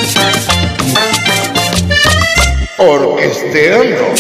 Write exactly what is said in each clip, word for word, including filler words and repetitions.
Orquesteando.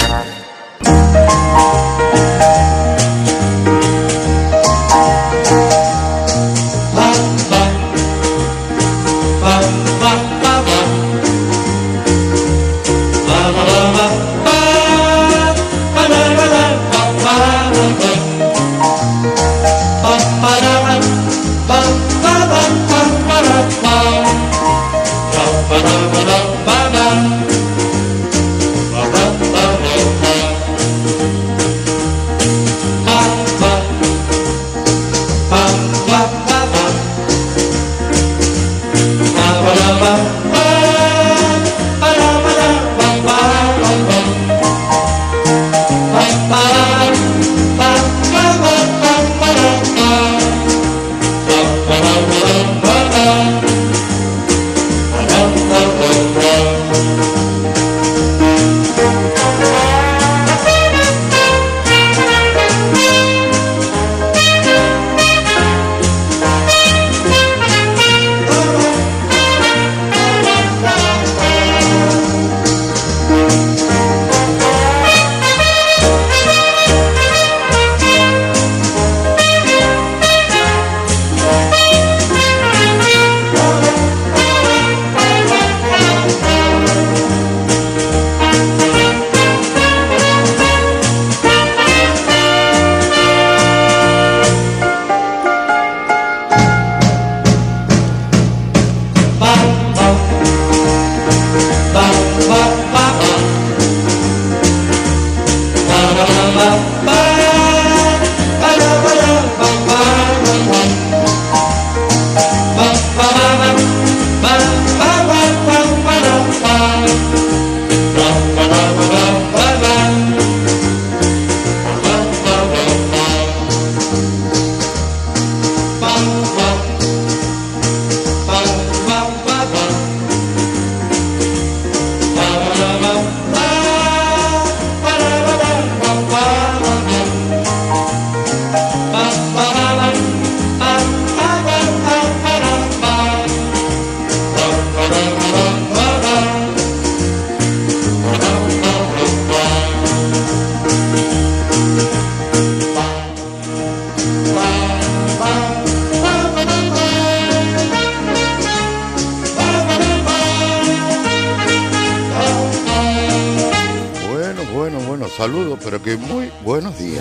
Saludos, pero que muy buenos días.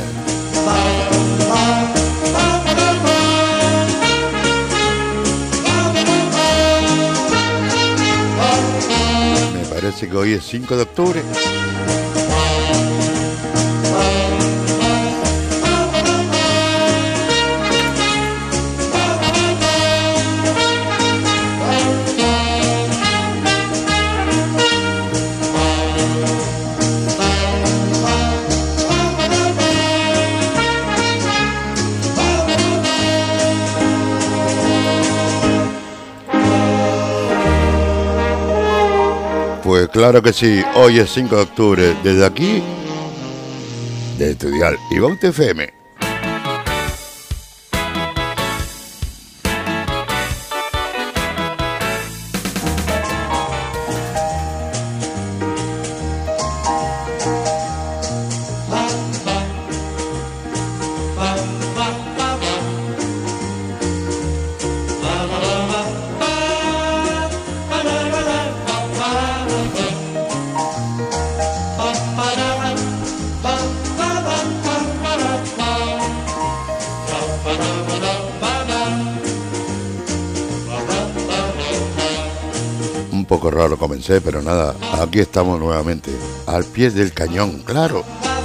Me parece que hoy es cinco de octubre. Pues claro que sí, hoy es cinco de octubre, desde aquí, de Estudiar y Baute F M. Poco raro comencé, pero nada, aquí estamos nuevamente, al pie del cañón, claro.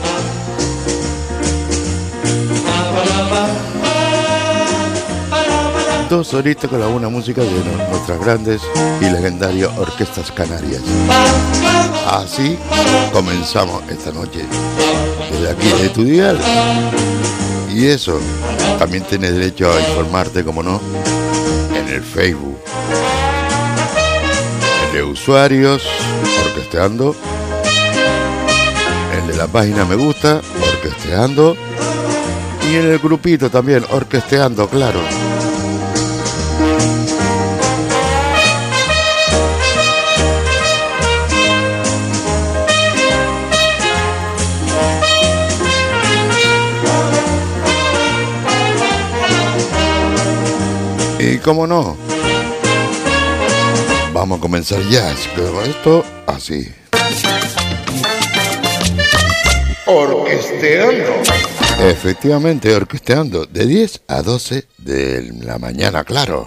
Dos horitas con la buena música de nuestras grandes y legendarias orquestas canarias. Así comenzamos esta noche, desde aquí de Estudiar. Y eso, también tienes derecho a informarte, como no, en el Facebook de usuarios, Orquesteando, el de la página Me Gusta, Orquesteando, y en el grupito también, Orquesteando, claro. cómo no, vamos a comenzar ya con esto así. Orquesteando. Efectivamente, orquesteando de diez a doce de la mañana, claro.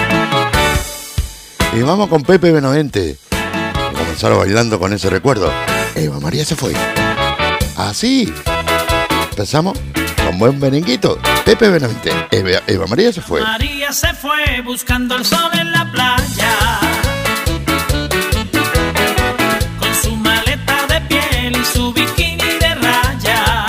Y vamos con Pepe Benavente. Comenzaron bailando con ese recuerdo. Eva María se fue. Así. Empezamos con buen merenguito. Pepe Benavente. Eva, Eva María se fue. María se fue buscando el sol en la playa. Con su maleta de piel y su bikini de rayas.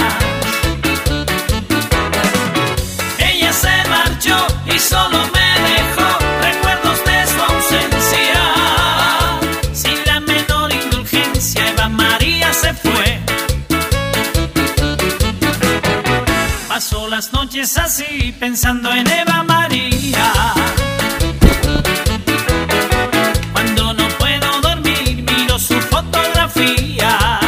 Ella se marchó y solo me dejó recuerdos de su ausencia. Sin la menor indulgencia, Eva María se fue. Paso las noches así pensando en Eva María. Cuando no puedo dormir miro su fotografía.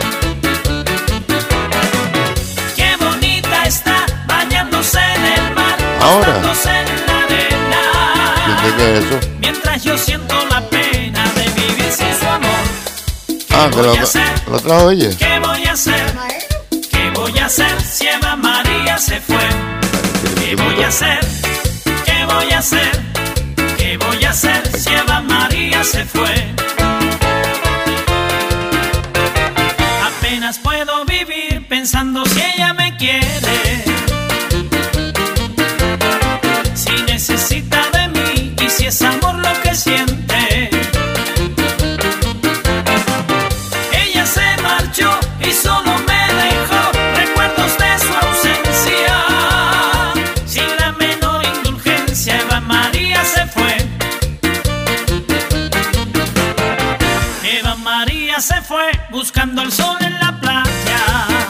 Qué bonita está bañándose en el mar, ahora en la arena. ¿Qué, qué es eso? Mientras yo siento la pena de vivir sin su amor. Ah, que lo, lo trajo ella. ¿Qué voy a hacer? ¿Qué voy a hacer si Eva María se fue? ¿Qué voy a hacer? ¿Qué voy a hacer? ¿Qué voy a hacer si Eva María se fue? Apenas puedo vivir pensando si ella me quiere. Si necesita de mí y si es amor lo que siente. Ella se marchó y solo me dejó recuerdos de su ausencia. Sin la menor indulgencia, Eva María se fue. Eva María se fue buscando el sol en la playa.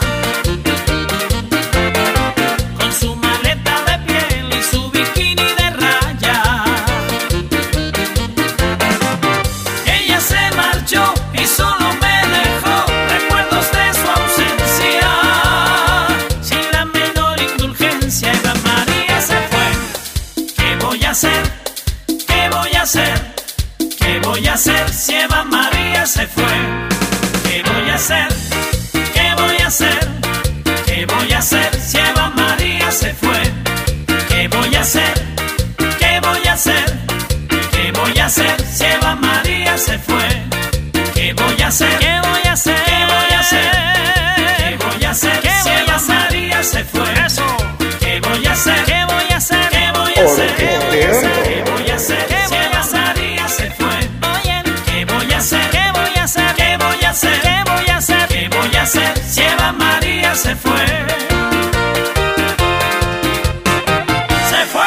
Con su maleta de piel y su bikini de rayas. Ella se marchó y solo me dejó recuerdos de su ausencia. Sin la menor indulgencia, Eva María se fue. ¿Qué voy a hacer? ¿Qué voy a hacer? ¿Qué voy a hacer si Eva María se fue? ¿Qué voy a hacer? ¿Qué voy a hacer? ¿Qué voy a hacer si Eva María se fue? ¿Qué voy a hacer? ¿Qué voy a hacer? ¿Qué voy a hacer si Eva María se fue? ¿Qué voy a hacer? ¿Qué voy a hacer? ¿Qué voy a hacer? ¿Qué voy a hacer si Eva María se fue? Eso. ¿Qué voy a hacer? ¿Qué voy a hacer? ¿Qué voy a hacer? ¿Qué voy a hacer? ¿Qué voy a hacer si Eva María se fue? Oye, ¿qué voy a hacer? ¿Qué voy a hacer? ¿Qué voy a hacer? ¿Qué voy a hacer? ¿Qué voy a hacer si Eva María se fue? Se fue.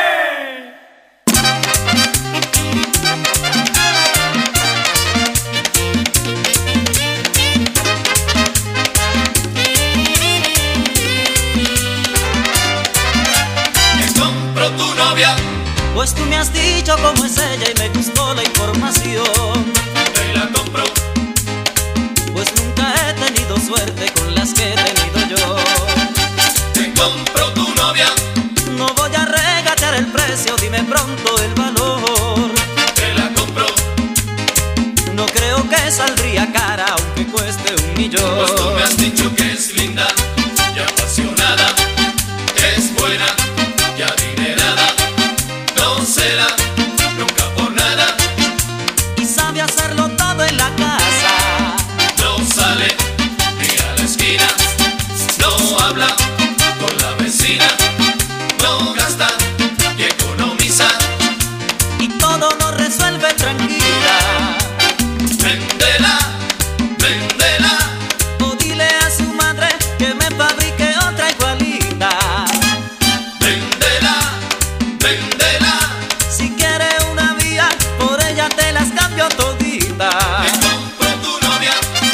Pues tú me has dicho cómo es ella y me gustó la información. Te la compro. Pues nunca he tenido suerte con las que he tenido yo. Te compro tu novia. No voy a regatear el precio, dime pronto el valor. Te la compro. No creo que saldría cara aunque cueste un millón. Pues tú me has dicho que es linda y apasionada, es buena y adinerada. No será nunca por nada. Y sabe hacerlo todo en la casa. No sale ni a la esquina. No habla con la vecina. No gasta y economiza. Y todo lo resuelve tranquila. Véndela, véndela. O dile a su madre que me fabrique otra igualita. Véndela, véndela. Si quiere una vía, por ella te las cambio todita. Te compro tu novia.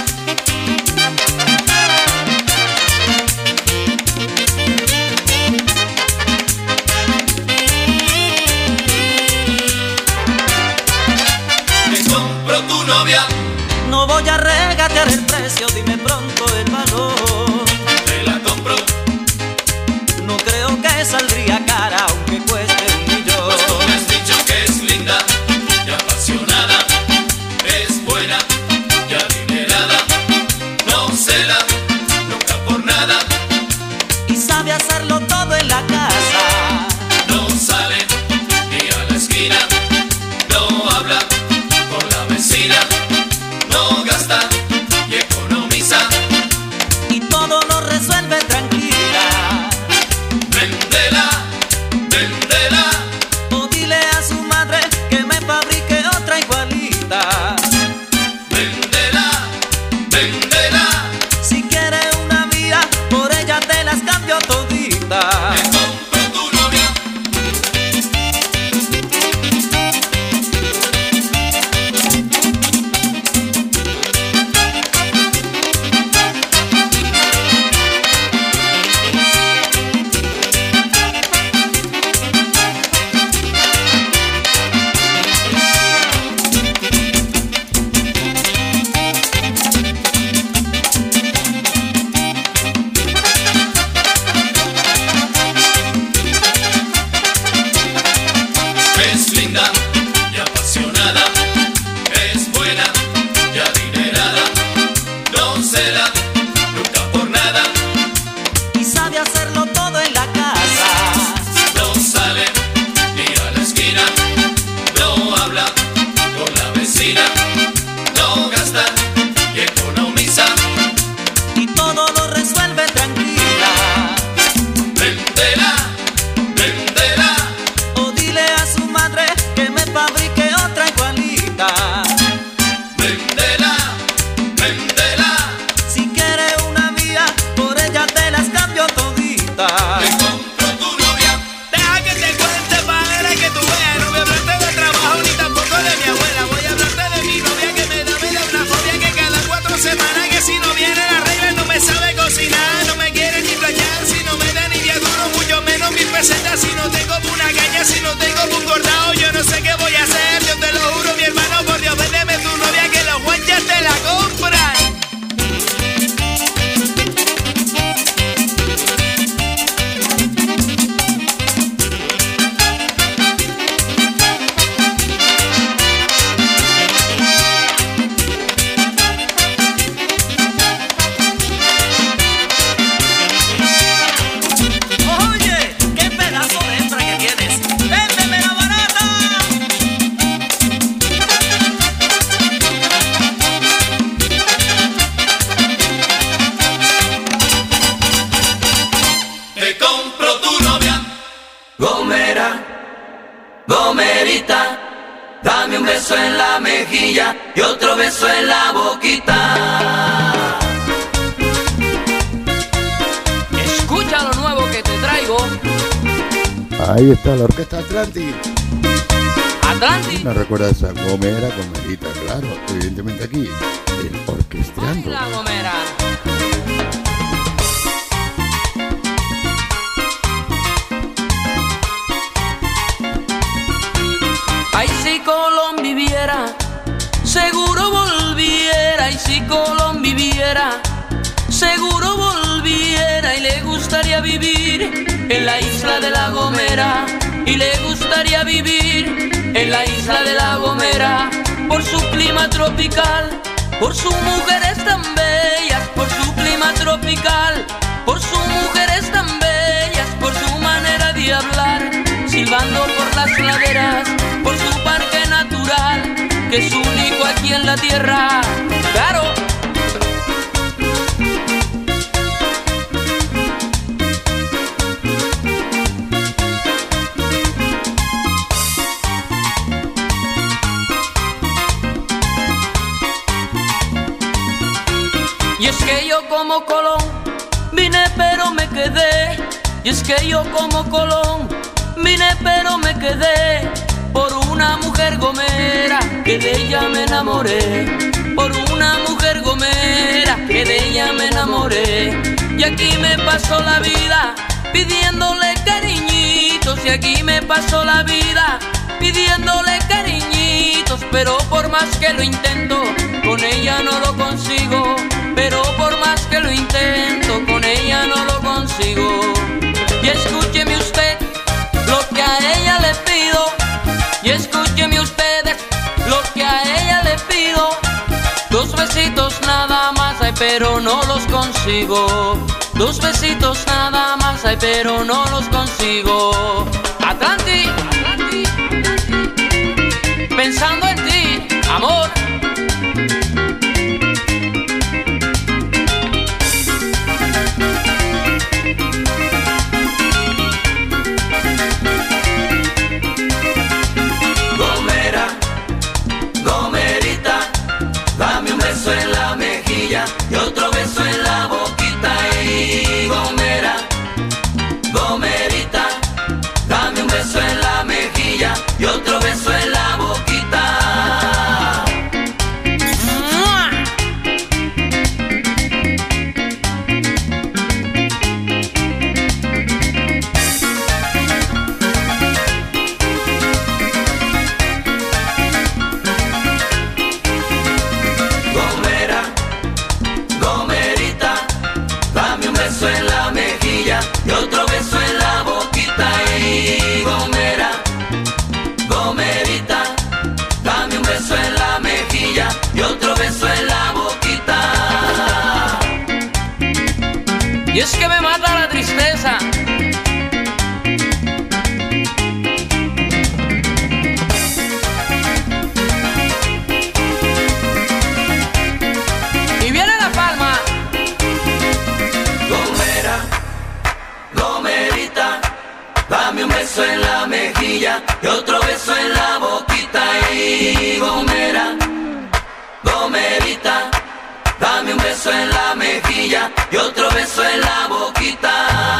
Te compro tu novia. No voy a regatear el precio, dime pronto el valor. Te la compro. No creo que saldría cara aunque cueste un millón. Pues tú me has que me fabrique otra igualita. Véndela, véndela. Si quieres una mía, por ella te las cambio todita. Te compro tu novia. Deja que te cuente, padre, que tú veas. No voy a hablarte de trabajo ni tampoco de mi abuela. Voy a hablarte de mi novia que me da, me da una fobia que cada cuatro semanas que si no viene la regla no me sabe cocinar, no me quiere ni planchar, si no me da ni día duro, mucho menos mil pesetas, si no tengo una caña, si no tengo un cordado, yo no sé qué voy a hacer, yo te lo juro, mi hermano, por Dios, véndeme tu novia que los guanchas te la compran. Oye, qué pedazo de hembra que tienes, véndemela barata. Te compro tu novia. Gomera, Gomerita, dame un beso en la mejilla y otro beso en la boquita. Escucha lo nuevo que te traigo, Ahí está la Orquesta Atlantis. Atlantis. Me recuerda a esa Gomera, Gomerita, claro, evidentemente aquí, el orquesteando. La Gomera. Ay, si Colón viviera, seguro volviera. Y si Colón viviera, seguro volviera. Y le gustaría vivir en la isla de La Gomera. Y le gustaría vivir en la isla de La Gomera. Por su clima tropical, por sus mujeres tan bellas. Por su clima tropical, por sus mujeres tan bellas. Por su manera de hablar, silbando por las laderas. Por su parque natural, que es único aquí en la tierra. ¡Claro! Y es que yo como Colón vine pero me quedé. Y es que yo como Colón vine pero me quedé por una mujer gomera que de ella me enamoré. Por una mujer gomera que de ella me enamoré. Y aquí me pasó la vida pidiéndole cariñitos. Y aquí me pasó la vida pidiéndole cariñitos. Pero por más que lo intento, con ella no lo consigo. Pero por más que lo intento, con ella no lo consigo. Y escúcheme usted lo que a ella le pido. Y escúcheme ustedes lo que a ella le pido. Dos besitos nada más, ay, pero no los consigo. Dos besitos nada más, ay, pero no los consigo. Atlantis, pensando en ti, amor. Gomera, Gomerita, dame un beso en la mejilla y otro beso en la boquita. Y Gomera, Gomerita, dame un beso en la mejilla y otro beso en la boquita. Gomera, Gomerita, dame un beso en la mejilla y otro beso en la boquita. Y Gomera, Gomerita, dame un beso en la mejilla y otro beso en la boquita. Y es que me mata la tristeza. Y viene la palma. Gomera, Gomerita, dame un beso en la mejilla y y otro beso en la boquita. Y gomera, gomerita, dame un beso en la mejilla y otro beso en la boquita.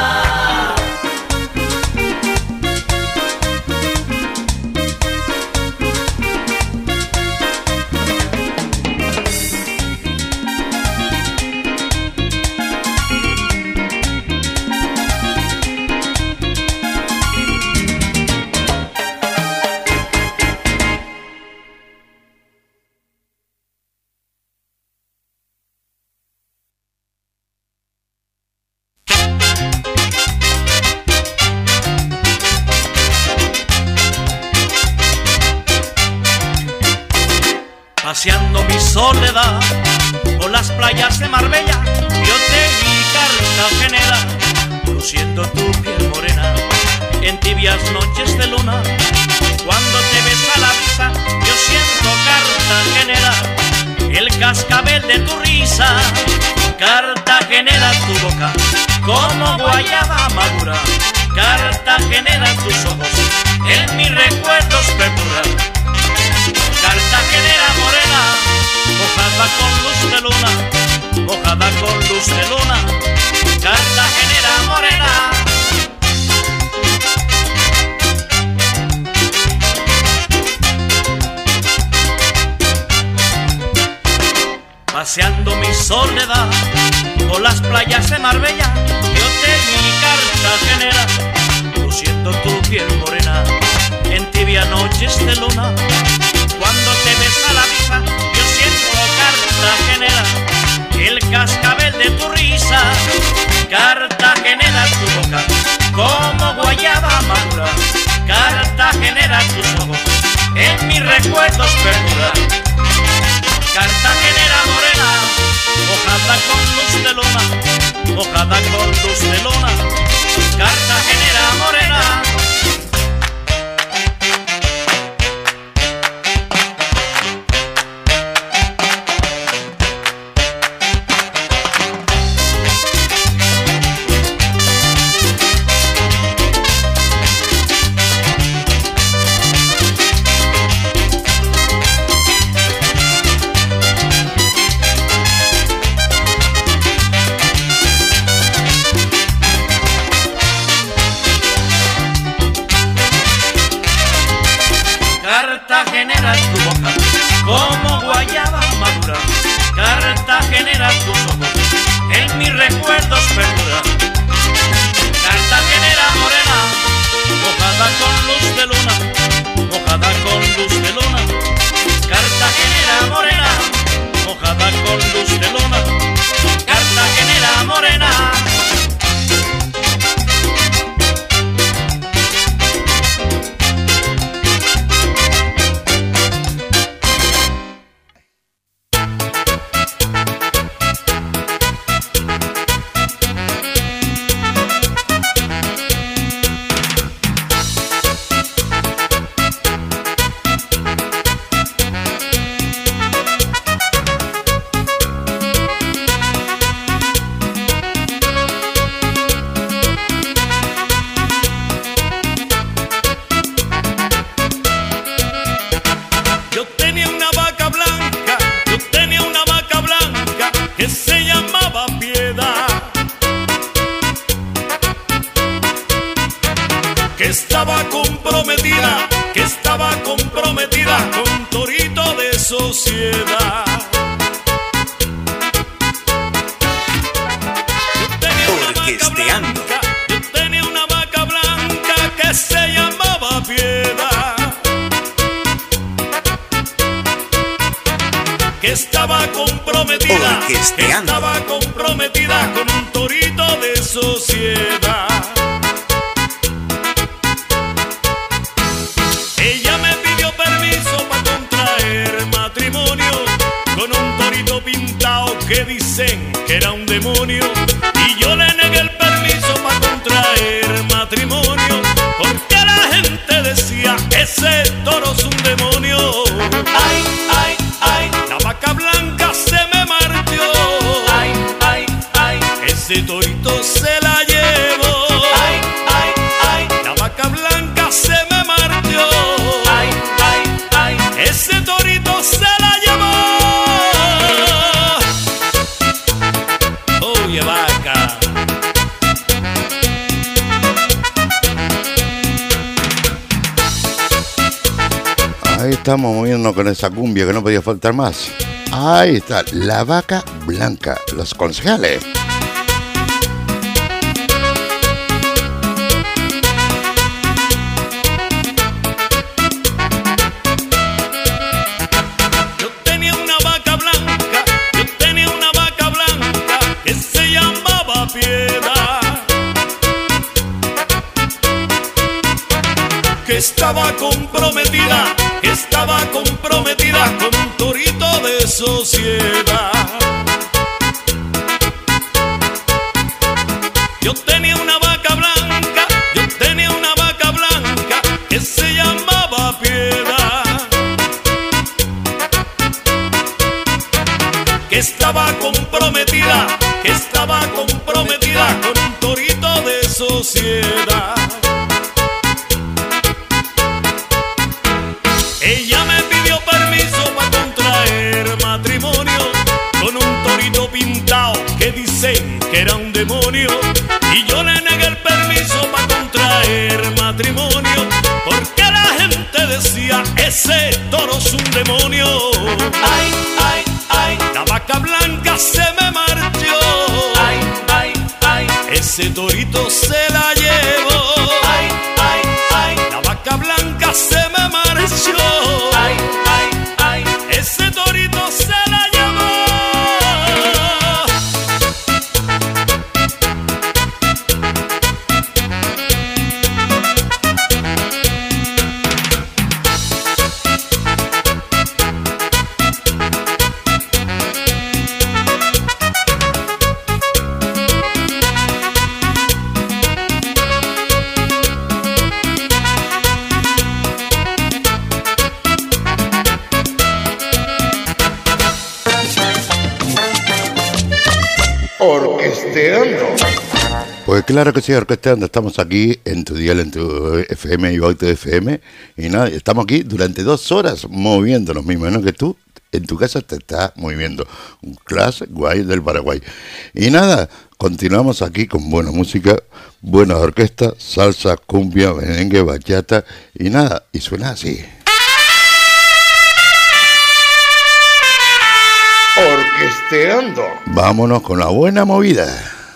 Paseando mi soledad por las playas de Marbella, yo te vi Cartagenera, luciendo tu piel morena en tibias noches de luna. Cuando te besa la brisa, yo siento Cartagenera, el cascabel de tu risa. Cartagenera, tu boca como guayaba madura. Cartagenera, tus ojos en mis recuerdos perduran. Cartagenera morena, mojada con luz de luna, mojada con luz de luna. Cartagenera morena. Paseando mi soledad por las playas de Marbella, yo te vi Cartagenera, luciendo tu piel morena en tibia noches de luna. Cuando te besa la brisa, yo siento Cartagenera, el cascabel de tu risa. Cartagenera, tu boca como guayaba madura. Cartagenera, tus ojos en mis recuerdos perduran. Cartagenera morena, mojada con luz de luna, mojada con luz de luna. Cartagenera morena. Cartagenera, tu boca como guayaba madura. Cartagenera, tus ojos en mis recuerdos perduran. Cartagenera morena, mojada con luz de luna, mojada con luz de luna. Cartagenera morena, mojada con luz de luna. Cartagenera morena. Sociedad. Yo tenía una vaca blanca, yo tenía una vaca blanca que se llamaba Piedad, que estaba comprometida, que estaba comprometida con un torito de sociedad. Ella me pidió permiso para contraer matrimonio con un torito pintado que dicen que era un demonio, y yo le negué el permiso para contraer matrimonio porque la gente decía ese toro es un demonio. Ay, ay, ay, la vaca blanca se me marchó. Ay, ay, ay, ese torito se la llevó. Ay, ay, ay, la vaca blanca se me marchó. Ahí estamos moviéndonos con esa cumbia que no podía faltar más. Ahí está, La Vaca Blanca, Los Concejales. Yo tenía una vaca blanca, yo tenía una vaca blanca que se llamaba Piedad, que estaba comprometida, que estaba comprometida con un torito de sociedad. Yo tenía una vaca blanca, yo tenía una vaca blanca que se llamaba Piedad, que estaba comprometida, que estaba comprometida con un torito de sociedad. Ella me pidió permiso para contraer matrimonio con un torito pintado que dicen que era un demonio, y yo le negué el permiso para contraer matrimonio porque la gente decía ese toro es un demonio. Ay, ay, ay, la vaca blanca se me marchó. Ay, ay, ay, ese torito se la llevó. Ay, ay, ay, la vaca blanca se me marchó. Ay, ay, ay, ese torito se la llevó. Orquesteando. Pues claro que sí, orquesteando. Estamos aquí en tu dial, en tu F M y Auto F M. Y nada, estamos aquí durante dos horas moviéndonos, mismo, menos que tú en tu casa te estás moviendo. Un clase guay del Paraguay. Y nada, continuamos aquí con buena música, buena orquesta, salsa, cumbia, merengue, bachata. Y nada, y suena así. Orquesteando. Vámonos con la buena movida.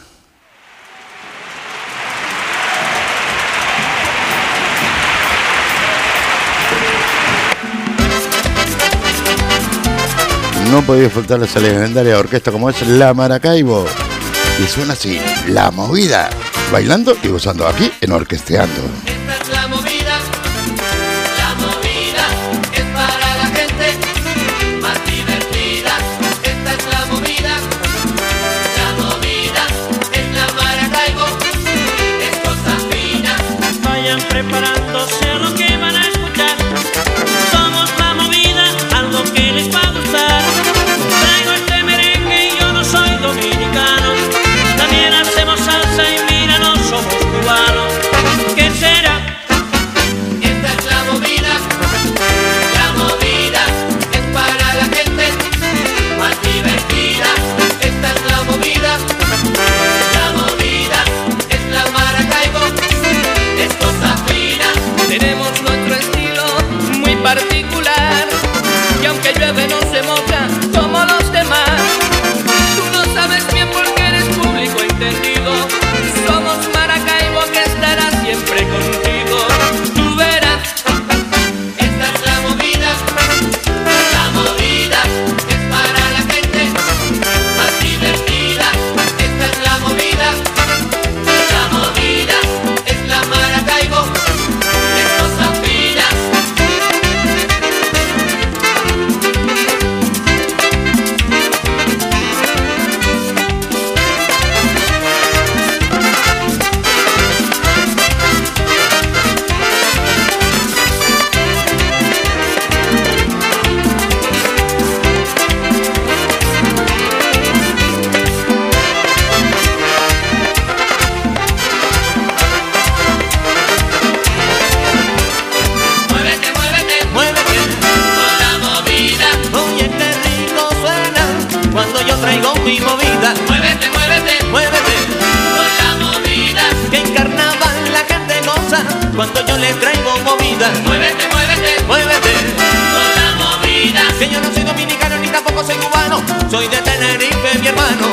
No podía faltar esa legendaria orquesta como es la Maracaibo. Y suena así, la movida. Bailando y gozando aquí en Orquesteando. Esta es la movida, la movida es para la gente más divertida. Esta es la movida, la movida es la Maracaibo, es cosa fina. Vayan preparándose a lo que van a escuchar. Somos la movida, algo que les va a gustar. Traigo este merengue y yo no soy dominicano. También hacemos salsa y mira, no somos cubanos. ¿Qué será? Esta es la movida, la movida es para la gente más divertida. Esta es la movida, la movida es la Maracaibo, es cosa fina. Tenemos nuestro estilo muy particular y aunque llueve no se moja como los demás. Tú lo sabes bien porque eres público entendido. Somos Maracaibo que estará siempre contigo. Tú verás. Esta es la movida, la movida es para la gente más divertida. Esta es la movida, la movida es la Maracaibo, es cosa fina. Muévete, muévete, muévete con la movida. Oye, qué rico suena cuando yo traigo mi movida. Muévete, muévete, Muévete, con la movida. que en carnaval la gente goza cuando yo le traigo movida. Muévete, muévete, Muévete, tampoco soy cubano, soy de Tenerife, mi hermano.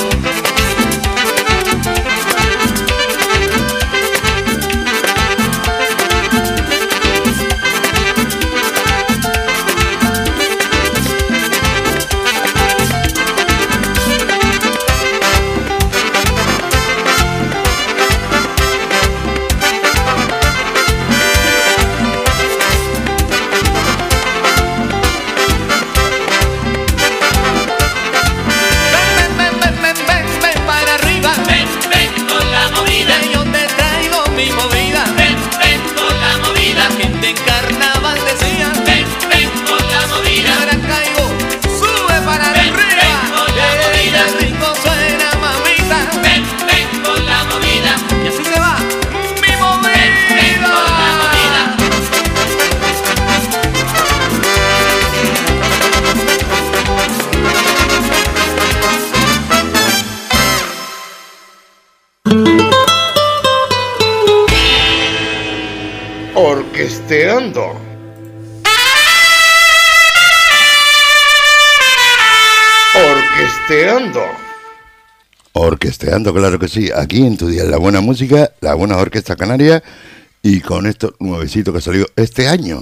Orquesteando. Orquesteando. Orquesteando, claro que sí. Aquí en tu día, la buena música, la buena orquesta canaria y con esto nuevecito que salió este año.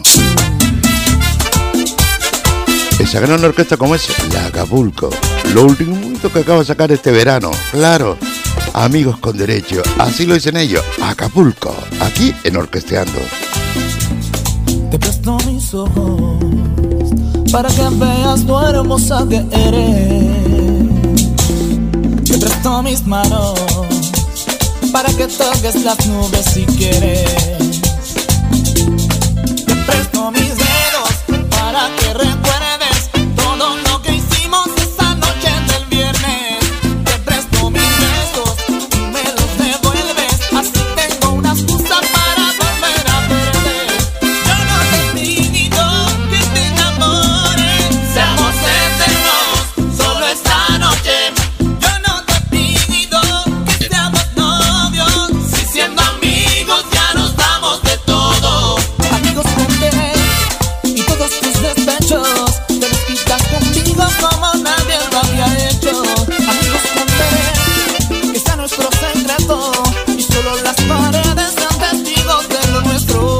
Esa gran orquesta como es la Acapulco. Lo último que acaba de sacar este verano. Claro, amigos con derecho. Así lo dicen ellos. Acapulco. Aquí en Orquesteando. Te presto mis ojos para que veas lo hermosa que eres. Te presto mis manos para que toques las nubes si quieres. Te presto mis dedos para que recuerdes todo lo que hicimos esa noche del viernes. Te presto mis besos y me los devuelves, así tengo una excusa para volver a perder. Yo no te pido que te enamores, seamos eternos solo esta noche. Yo no te pido que seamos novios, si siendo amigos ya nos damos de todo. Amigos con derecho y todos tus despechos te los quitas conmigo como nadie lo había hecho. Amigos con derecho, que sea nuestro secreto y solo las paredes sean testigos de lo nuestro.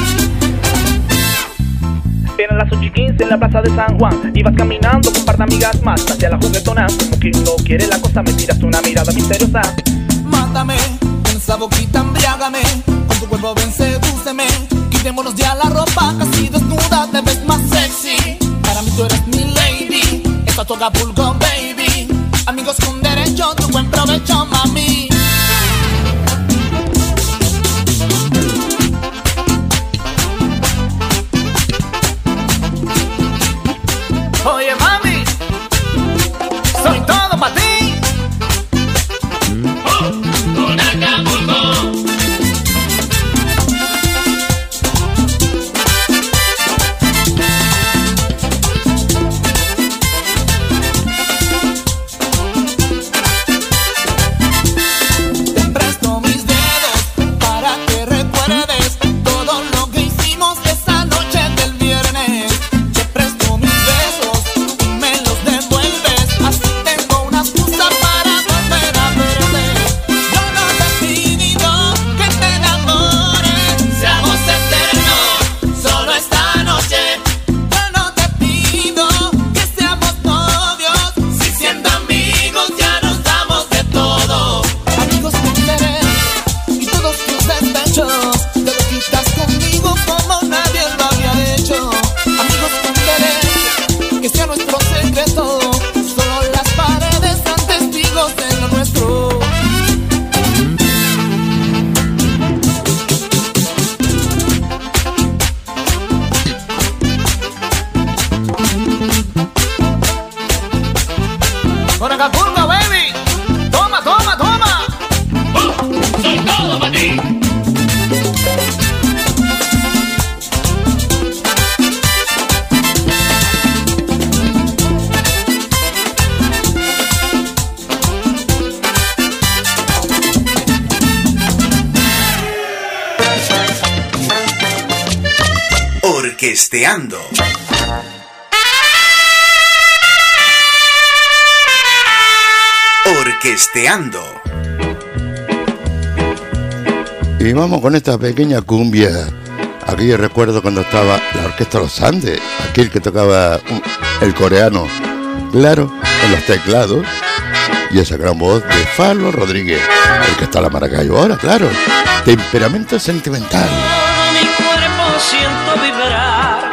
Eran las ocho y quince en la plaza de San Juan. Ibas caminando con un par de amigas más hacia la juguetona. Como quien no quiere la cosa, me tiraste una mirada misteriosa. Mátame, con esa boquita embriágame, con tu cuerpo ven, sedúceme. Quitémonos ya la ropa, casi desnuda te ves más sexy. Para mí tú eres mi lady, esto es tu Acapulco, baby. Amigos con derecho, tu buen provecho, mami. Oye mami, soy todo para ti. Con Acapulco. Te presto mis dedos para que recuerdes todo lo que hicimos esa noche del viernes. Te presto mis besos y me los devuelves, así tengo una excusa para volver a perder. Yo no te pido que te enamores, Seamos eternos solo esta noche. yo no te pido que seamos novios, Si siendo amigos ya nos damos de todo. amigos con derecho y todos tus despechos te los quitas conmigo como nadie lo había hecho. Amigos con derecho, que sea nuestro secreto, solo las paredes sean testigos de lo nuestro. Con Acapulco, baby. Toma, toma, toma. Soy todo para ti. Orquesteando. Orquesteando. Y vamos con esta pequeña cumbia. Aquí yo recuerdo cuando estaba la Orquesta Los Andes, aquel que tocaba un, el coreano, claro, en los teclados, y esa gran voz de Falo Rodríguez, el que está la Maracayo ahora, claro. Temperamento sentimental. Todo mi cuerpo siento vibrar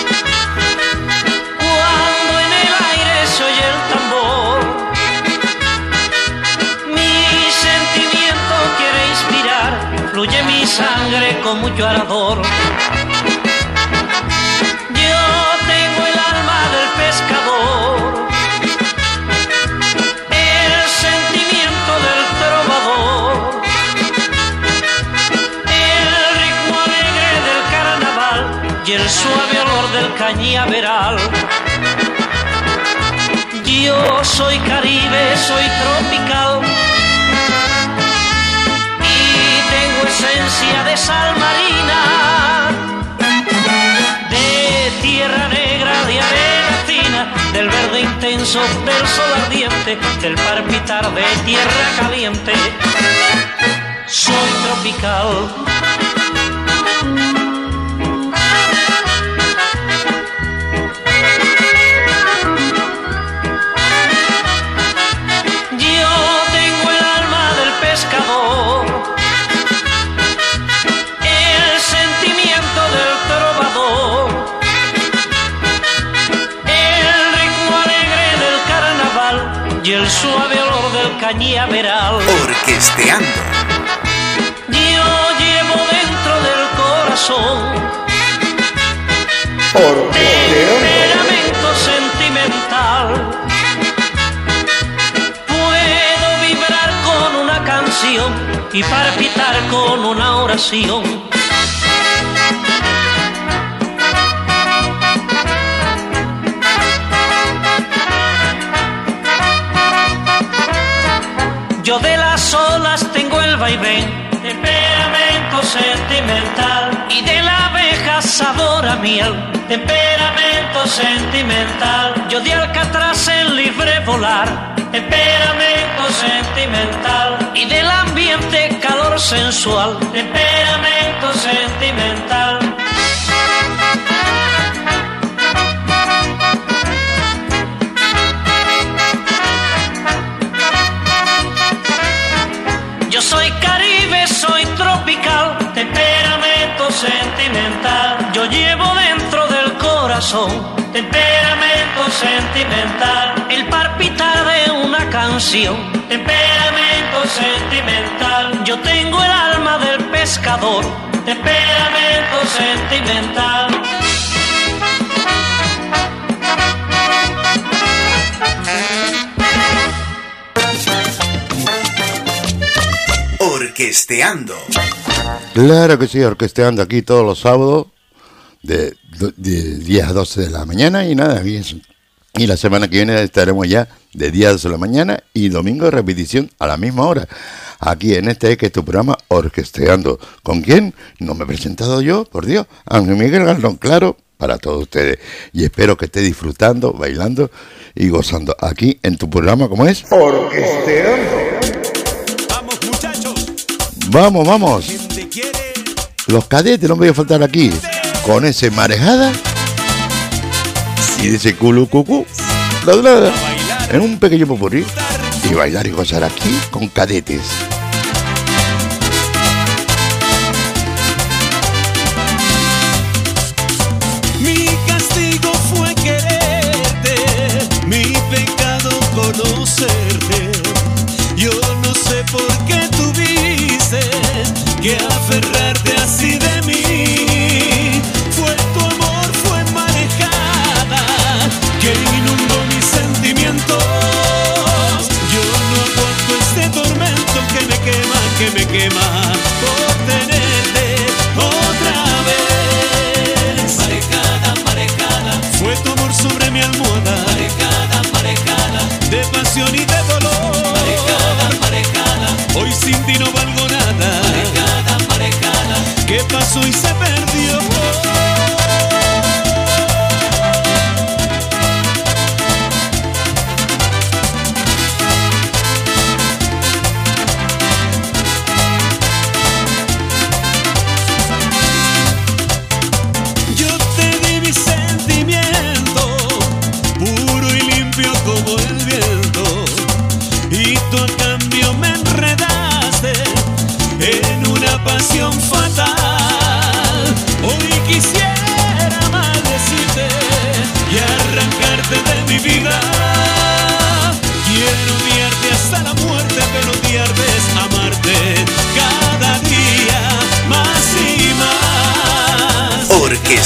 cuando en el aire se oye el tambor. Mi sentimiento quiere inspirar, fluye mi sangre con mucho ardor. Yo tengo el alma del pescador, el sentimiento del trovador, y el suave olor del cañaveral. Yo soy Caribe, soy tropical y tengo esencia de sal marina, de tierra negra, de arena fina, del verde intenso, del sol ardiente, del palpitar de tierra caliente. Soy tropical. El sentimiento del trovador, el ritmo alegre del carnaval y el suave olor del cañaveral. Orquesteando. Yo llevo dentro del corazón temperamento sentimental. Puedo vibrar con una canción y palpitar con una oración. Yo de las olas tengo el vaivén, temperamento sentimental, y de la abeja sabor a miel, temperamento sentimental. Yo de Alcatraz en libre volar, temperamento sentimental, y del ambiente calor sensual, temperamento sentimental. Yo soy Caribe, soy tropical, temperamento sentimental. Yo llevo dentro del corazón temperamento sentimental, el palpitar de una canción, temperamento sentimental. Yo tengo el alma del pescador, temperamento sentimental. Orquesteando. Claro que sí, orquesteando aquí todos los sábados de, de diez a doce de la mañana y nada, bien. Y la semana que viene estaremos ya de diez a doce de la mañana y domingo de repetición a la misma hora. Aquí en este que es tu programa Orquesteando. ¿Con quién? No me he presentado yo, por Dios. Ángel Miguel Galdón, claro, para todos ustedes. Y espero que esté disfrutando, bailando y gozando aquí en tu programa, ¿cómo es? Orquesteando. Vamos, vamos. Los Cadetes no me voy a faltar aquí. Con ese marejada. Y dice culu cucú. En un pequeño popurrí. Y bailar y gozar aquí con Cadetes. Mi castigo fue quererte, mi pecado conocerte. Yo no sé por qué tuviste que aferrarte así de mí. Fue tu amor, fue marejada que inundó mis sentimientos. Yo no aguanto este tormento que me quema, que me quema por tenerte otra vez. Marejada, marejada, fue tu amor sobre mi almohada. Marejada, marejada, de pasión y de dolor. Marejada, marejada, hoy sin ti no valgo nada. Marejada, marejada, ¿qué pasó y se perdió?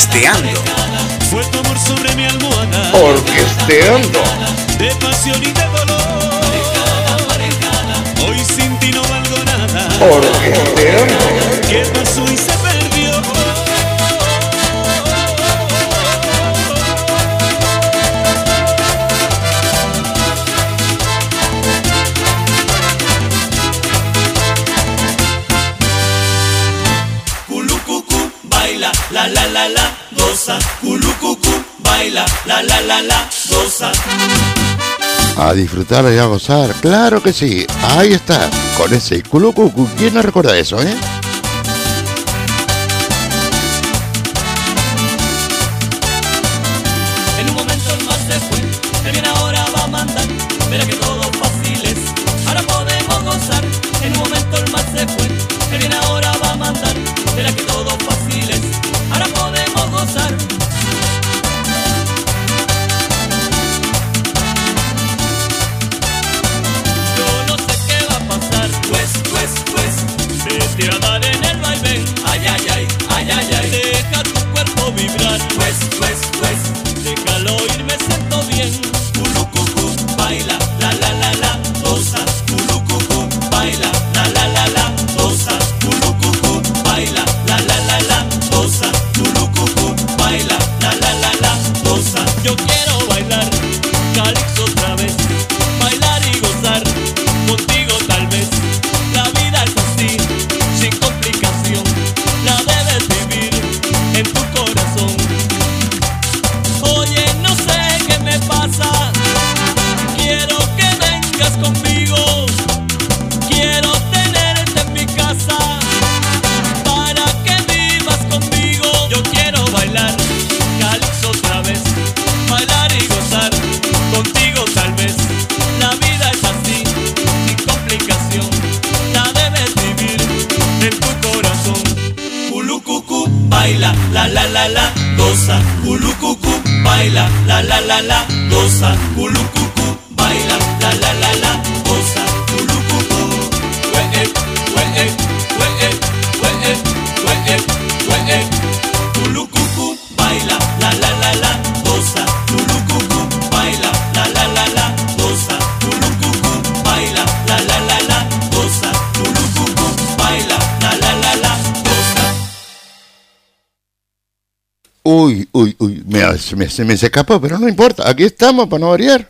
Orquesteando. Fue tu amor sobre mi almohada. Orquesteando. De pasión y de dolor. Hoy sin ti no valgo nada. Orquesteando. ¿Qué pasó y se perdió? Culucucú, baila, la la la la, goza. Culucucú, baila, la la la la, goza. A disfrutar y a gozar, claro que sí. Ahí está, con ese culucucu. ¿Quién no recuerda eso, eh? En un momento el más se fue, que viene ahora va a mandar. Verá que todo fácil es, ahora podemos gozar. En un momento el más se fue, que viene ahora va a mandar. Verá que todo fácil es, ahora podemos gozar. Yo no sé qué va a pasar, pues, pues, pues. Vete a dar en el vaivén, ay, ay, ay, ay, ay, ay. Deja tu cuerpo vibrar, pues, pues, pues. Déjalo ir, me siento bien. Culucucú, baila, la la la la, goza. Culucucú, baila, la la la la, goza. Culucucú, baila, la la la la, goza. Culucucú, baila, la la la la, goza. Yo quiero bailar calipso otra vez, bailar y gozar contigo tal vez. La vida es así, sin complicación, la debes vivir en tu corazón. Oye, no sé qué me pasa, quiero que vengas conmigo, quiero tenerte en mi casa, para que vivas conmigo. Yo quiero bailar calipso otra vez, bailar y gozar contigo tal vez. La vida es así, sin complicación, la debes vivir en tu corazón. Culucucú, baila, la la la la, goza. Culucucú, baila, la la la la, goza. Culucucú, baila, la la la la, goza. Culucucú, we we we we we we we. Culucucú, baila, la la la la, goza. Culucucú, baila, la la la la, goza. Culucucú, baila, la la la la, goza. Culucucú, baila, la la la la, goza. Uy, uy, uy, me, se, me, se me se escapó, pero no importa. Aquí estamos para no variar.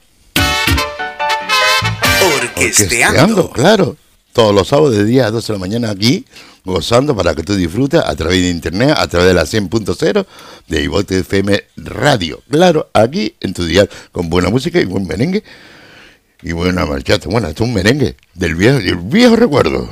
Orquesteando. Claro. Todos los sábados de diez a doce de la mañana aquí, gozando para que tú disfrutes a través de internet, a través de la cien punto cero de Ibote F M Radio. Claro, aquí en tu dial, con buena música y buen merengue. Y buena marchata. Bueno, esto es un merengue del viejo, del viejo recuerdo.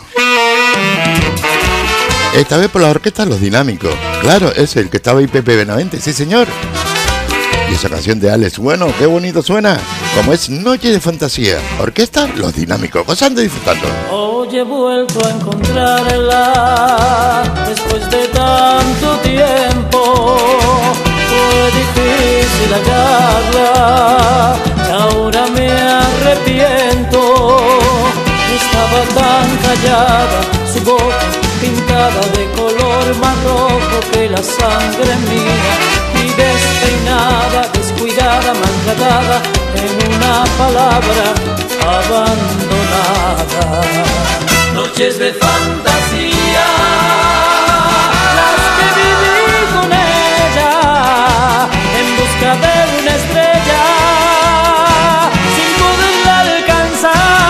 Esta vez por la orquesta Los Dinámicos. Claro, es el que estaba ahí Pepe Benavente, sí señor. Y esa canción de Alex, bueno, qué bonito suena. Como es Noche de Fantasía. Orquesta Los Dinámicos, gozando y disfrutando. Hoy he vuelto a encontrarla después de tanto tiempo. Fue difícil hallarla y ahora me arrepiento. Estaba tan callada, su boca pintada de color más rojo que la sangre mía, y despeinada, descuidada, maltratada, en una palabra, abandonada. Noches de fantasía, las que viví con ella, en busca de una estrella, sin poderla alcanzar.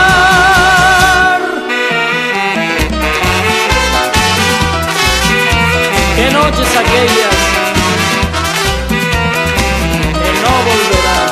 Qué noches aquellas que no volverán.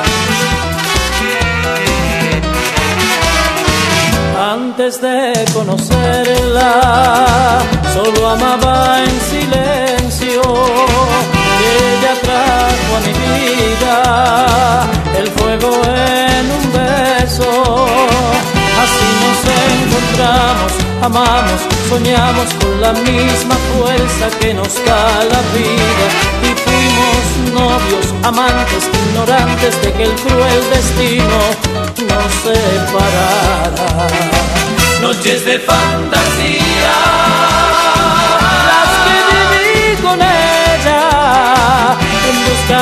Antes de conocerla, solo amaba en silencio. Ella trajo a mi vida el fuego en un beso. Así nos encontramos, amamos, soñamos con la misma fuerza que nos da la vida. Y fuimos novios, amantes, ignorantes de que el cruel destino nos separara. noches de fantasía, las que viví con ella,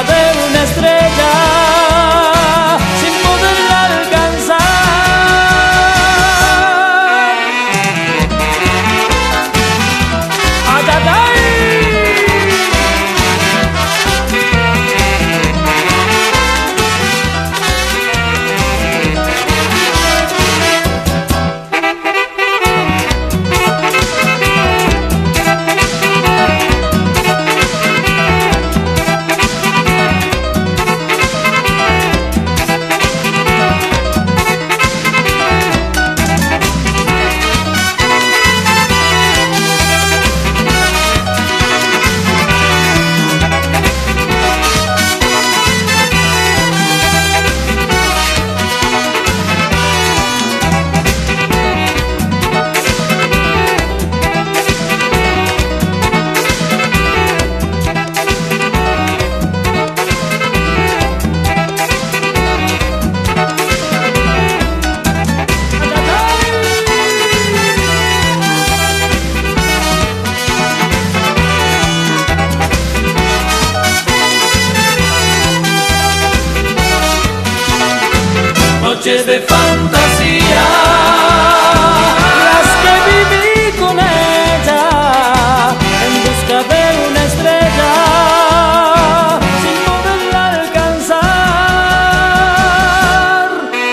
de una estrella sin poderla alcanzar. ¡Ay, ay, ay! Noches de fantasía, las que viví con ella en busca de una estrella sin poderla alcanzar.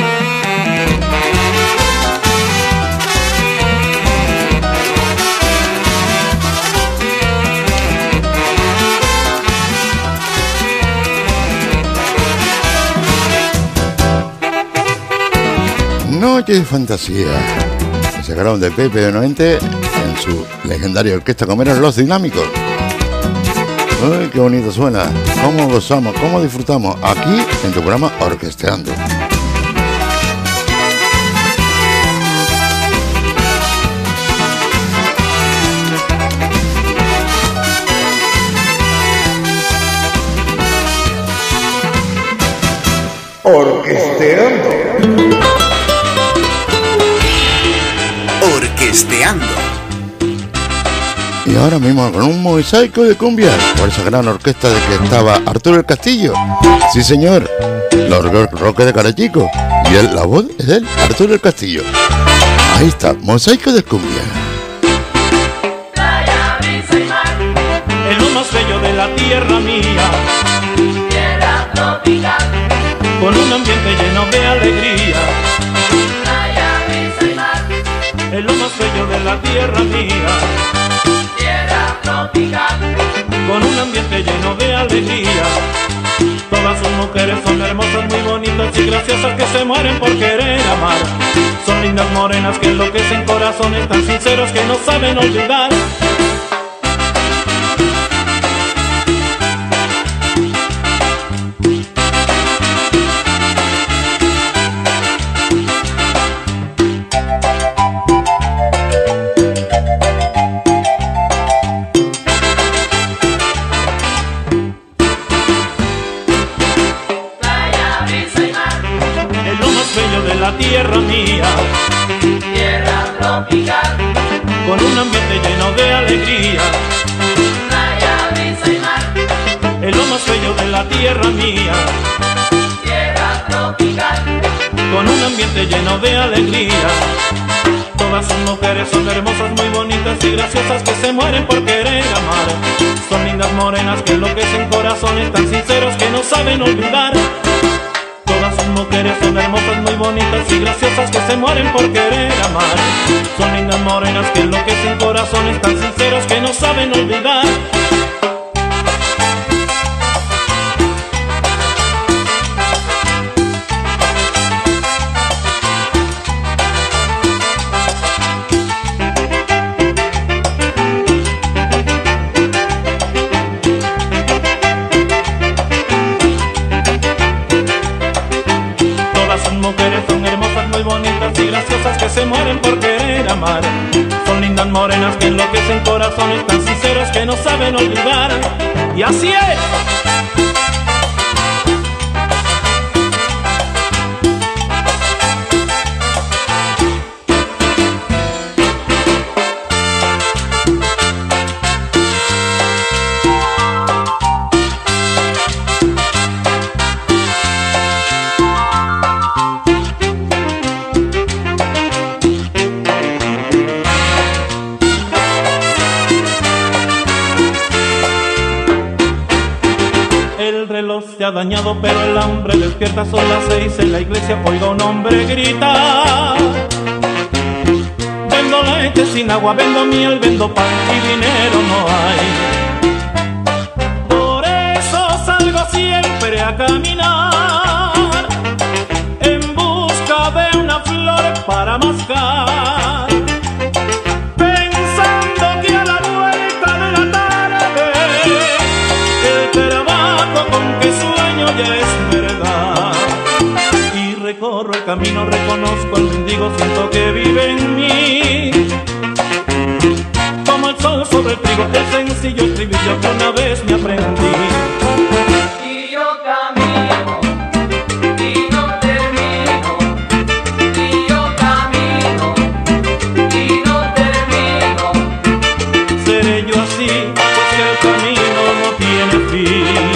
Noche de fantasía. Se sacaron de Pepe Benavente en su legendaria orquesta Comeros Los Dinámicos. Uy, qué bonito suena. Cómo gozamos, cómo disfrutamos aquí en tu programa Orquesteando. Orquesteando. Orquesteando. Y ahora mismo con un mosaico de cumbia por esa gran orquesta de que estaba Arturo el Castillo. Sí, señor, los Roques de Carachico. Y él, la voz es él, Arturo el Castillo. Ahí está, mosaico de cumbia. playa, brisa y mar, Es lo más bello de la tierra mía, tierra tropical, con un ambiente lleno de alegría. playa, brisa y mar, Es lo más bello de la tierra mía, tierra tropical, con un ambiente lleno de alegría. Todas sus mujeres son hermosas, muy bonitas y graciosas, que se mueren por querer amar. Son lindas morenas que enloquecen corazones tan sinceros que no saben olvidar. playa, brisa y mar, Es lo más bello de la tierra mía, tierra tropical, con un ambiente lleno de alegría. playa, brisa y mar, Es lo más bello de la tierra mía, tierra tropical, con un ambiente lleno de alegría. Todas sus mujeres son hermosas, muy bonitas y graciosas, que se mueren por querer amar. Son lindas morenas que enloquecen corazones tan sinceros que no saben olvidar. Todas sus mujeres son hermosas, muy bonitas y graciosas, que se mueren por querer amar. Son lindas morenas que enloquecen corazones tan sinceros que no saben olvidar. Todas sus mujeres son hermosas, muy bonitas y graciosas, que se mueren por querer amar. Son lindas morenas que enloquecen corazones tan sinceros que no saben olvidar. Y así es. El reloj se ha dañado, pero el hambre despierta. Son las seis en la iglesia, oigo un hombre gritar. Vendo leche sin agua, vendo miel, vendo pan y dinero no hay. Por eso salgo siempre a caminar en busca de una flor para mascar, pensando que a la vuelta de la tarde el trabajo con que sueño ya es verdad. Y recorro el camino, reconozco al mendigo, siento que vive en mí. Como el sol sobre el trigo, el sencillo estribillo que una vez me aprendí. Y yo camino y no termino, y yo camino y no termino. Seré yo así, pues que el camino no tiene fin.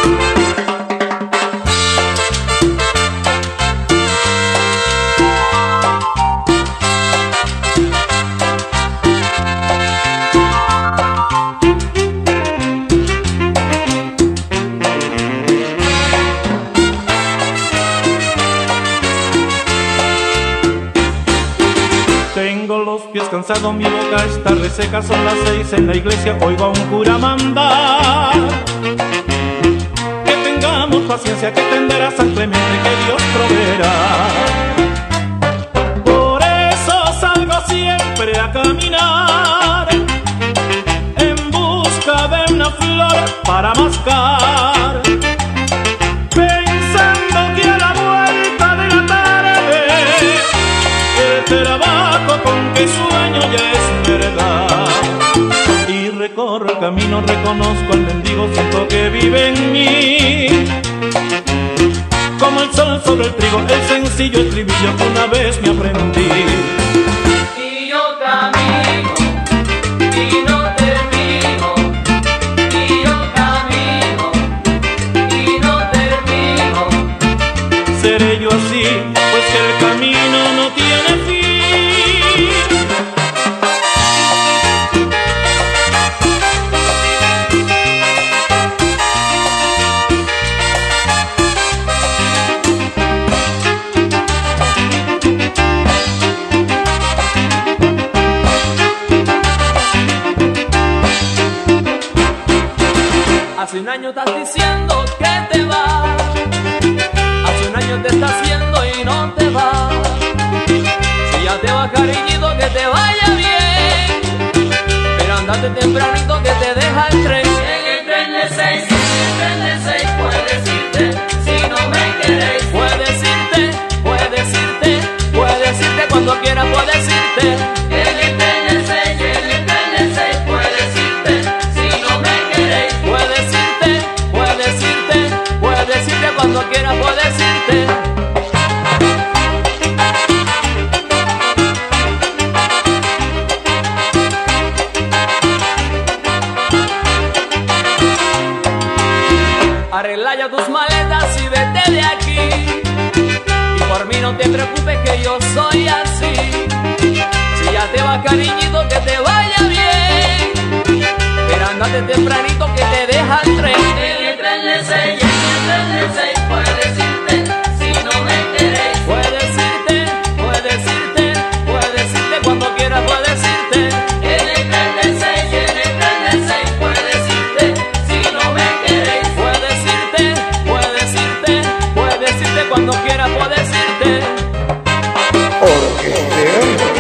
Cansado, mi boca está reseca, son las seis en la iglesia, oigo a un cura mandar que tengamos paciencia, que tenderá San Clemente, que Dios proveerá. Por eso salgo siempre a caminar en busca de una flor para mascar, pensando que a la vuelta de la tarde el trabajo con que sueño ya es verdad. Y recorro el camino, reconozco al mendigo, siento que vive en mí. Como el sol sobre el trigo, el sencillo estribillo que una vez me aprendí. Y yo camino y no termino, y yo camino y no termino. Seré yo así, pues que el camino no tiene fin. Hace un año estás diciendo que te vas, hace un año te estás haciendo y no te vas. Si ya te vas, cariñito, que te vaya bien, pero andate tempranito que te deja el tren. En el tren de seis, en el tren de seis, puedes irte si no me queréis. Puedes irte, puedes irte, puedes irte cuando quieras, puedes irte. En el tren de seis, en el tren de seis, puedes irte si no me queréis. Puedes irte, puedes irte, puedes irte cuando quieras, puedes irte. Arregla ya tus maletas y vete de aquí. Y por mí no te preocupes que yo soy así. Si ya te vas, cariñito, que te vaya bien, pero andate tempranito que te deja el tren. En el tren de seis, en el tren de seis, puedes irte si no me queréis. Puedes irte, puedes irte, puedes irte cuando quieras, puedes irte. En el tren de seis, en el tren de seis, puedes irte si no me queréis. Puedes irte, puedes irte, puedes irte cuando quieras, puedes irte. Orquesteando.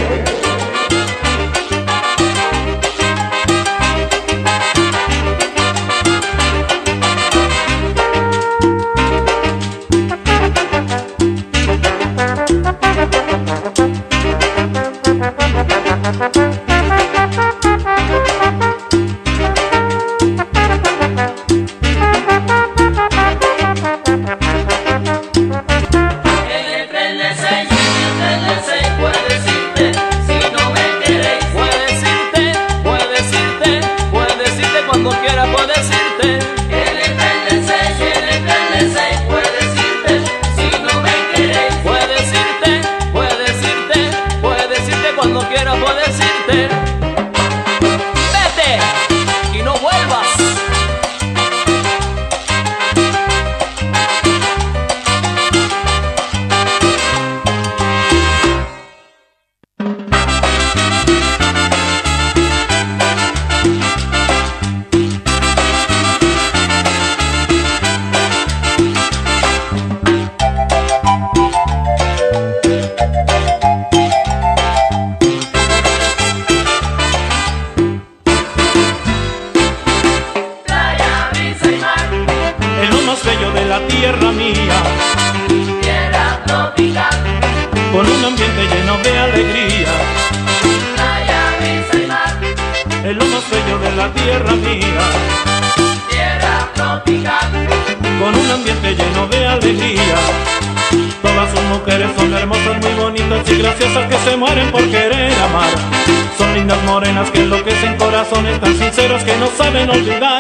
de la tierra mía, tierra tropical, con un ambiente lleno de alegría. playa, brisa y mar, Es lo más bello de la tierra mía, tierra tropical, con un ambiente lleno de alegría. Todas sus mujeres son hermosas, muy bonitas y graciosas, que se mueren por querer amar. Son lindas morenas que enloquecen corazones tan sinceros que no saben olvidar.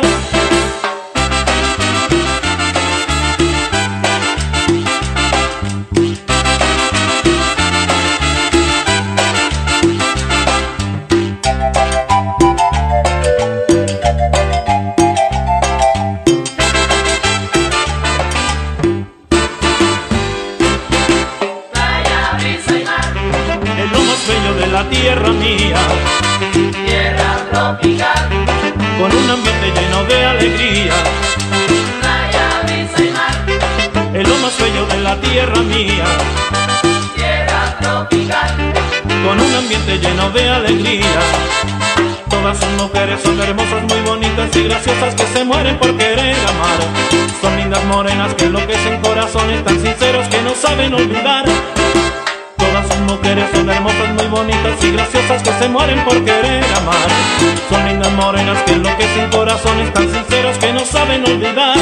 La tierra mía, tierra tropical, con un ambiente lleno de alegría. playa, brisa y mar, Es lo más bello de la tierra mía, tierra tropical, con un ambiente lleno de alegría. Todas sus mujeres son hermosas, muy bonitas y graciosas, que se mueren por querer amar. Son lindas morenas que enloquecen corazones tan sinceros que no saben olvidar. Todas sus mujeres son hermosas, muy bonitas y graciosas, que se mueren por querer amar. Son lindas morenas que enloquecen corazones tan sinceros que no saben olvidar.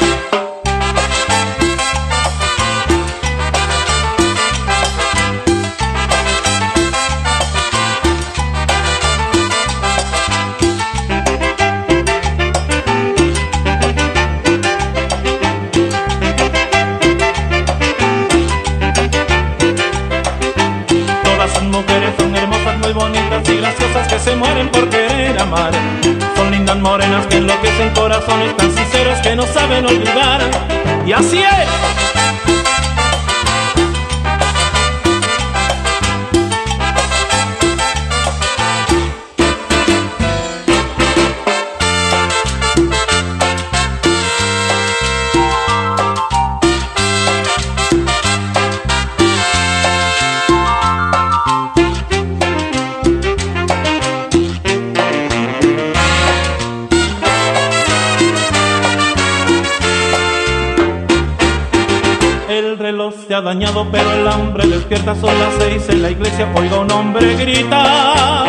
Que se mueren por querer amar. Son lindas morenas que enloquecen corazones tan sinceros que no saben olvidar. Y así es. Se ha dañado pero el hambre despierta, son las seis en la iglesia, oigo un hombre gritar: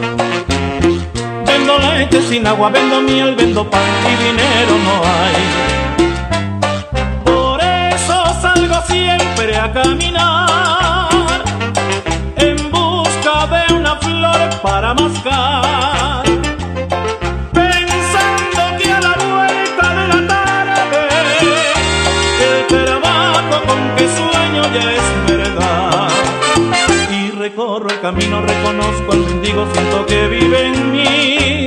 vendo leche sin agua, vendo miel, vendo pan y dinero no hay. Por eso salgo siempre a caminar en busca de una flor para mascar, pensando que a la vuelta de la tarde el trabajo con que sueño ya es verdad. Y recorro el camino, reconozco al mendigo, siento que vive en mí.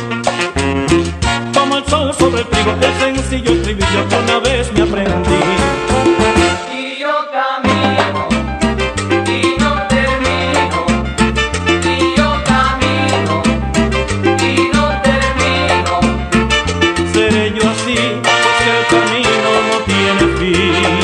Como el sol sobre el trigo, el sencillo estribillo que una vez me aprendí. y yo camino, y no termino, y yo camino, y no termino. Seré yo así, pues que el camino no tiene fin.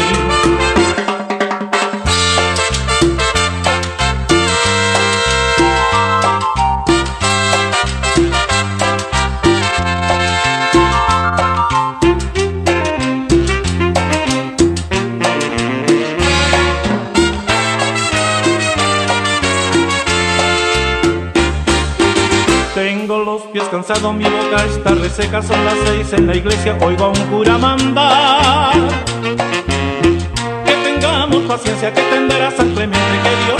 Tengo los pies cansados, mi boca está reseca, son las seis en la iglesia, oigo a un cura mandar que tengamos paciencia, que tenderá San Clemente, que Dios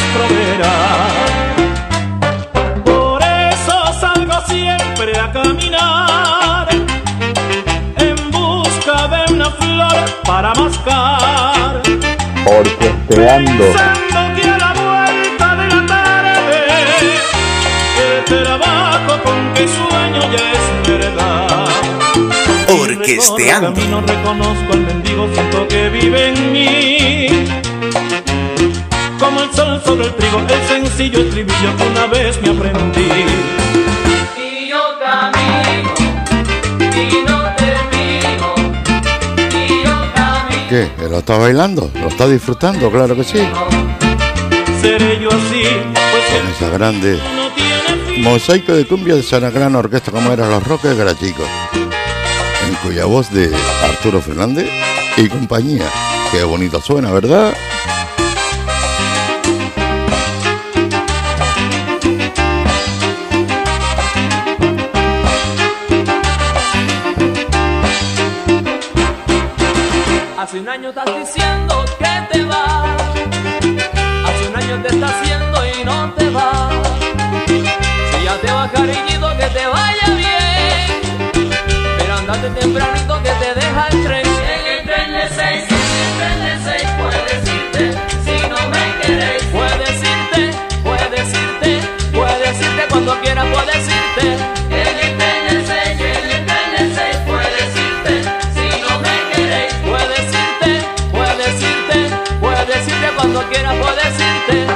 proveerá. Por eso salgo siempre a caminar en busca de una flor para mascar, Orquesteando. pensando que a la vuelta de la tarde el trabajo con que sueño ya es verdad. Orquesteando. Y recorro el camino, reconozco al mendigo, siento que vive en mí. Como el sol sobre el trigo, el sencillo estribillo que una vez me aprendí. Y yo camino, y no termino, y yo camino. ¿Qué? ¿Lo está bailando? ¿Lo está disfrutando? Claro que sí. Seré yo así, pues Con esa grande no tiene fin. mosaico de cumbia de esa gran orquesta como eran los Roques Grachicos, en cuya voz de Arturo Fernández y compañía. Qué bonito suena, ¿verdad? Hace un año estás diciendo que te vas, hace un año te estás haciendo y no te vas. Si ya te vas, cariñito, que te vaya bien, pero andate tempranito que te deja el tren. En el tren de seis, en el tren de seis, puedes irte si no me queréis. Puedes irte, puedes irte, puedes irte cuando quieras, puedes irte. En el tren de seis, en el tren de seis, puedes irte si no me queréis. Puedes irte, puedes irte, puedes irte cuando quieras, puedes irte.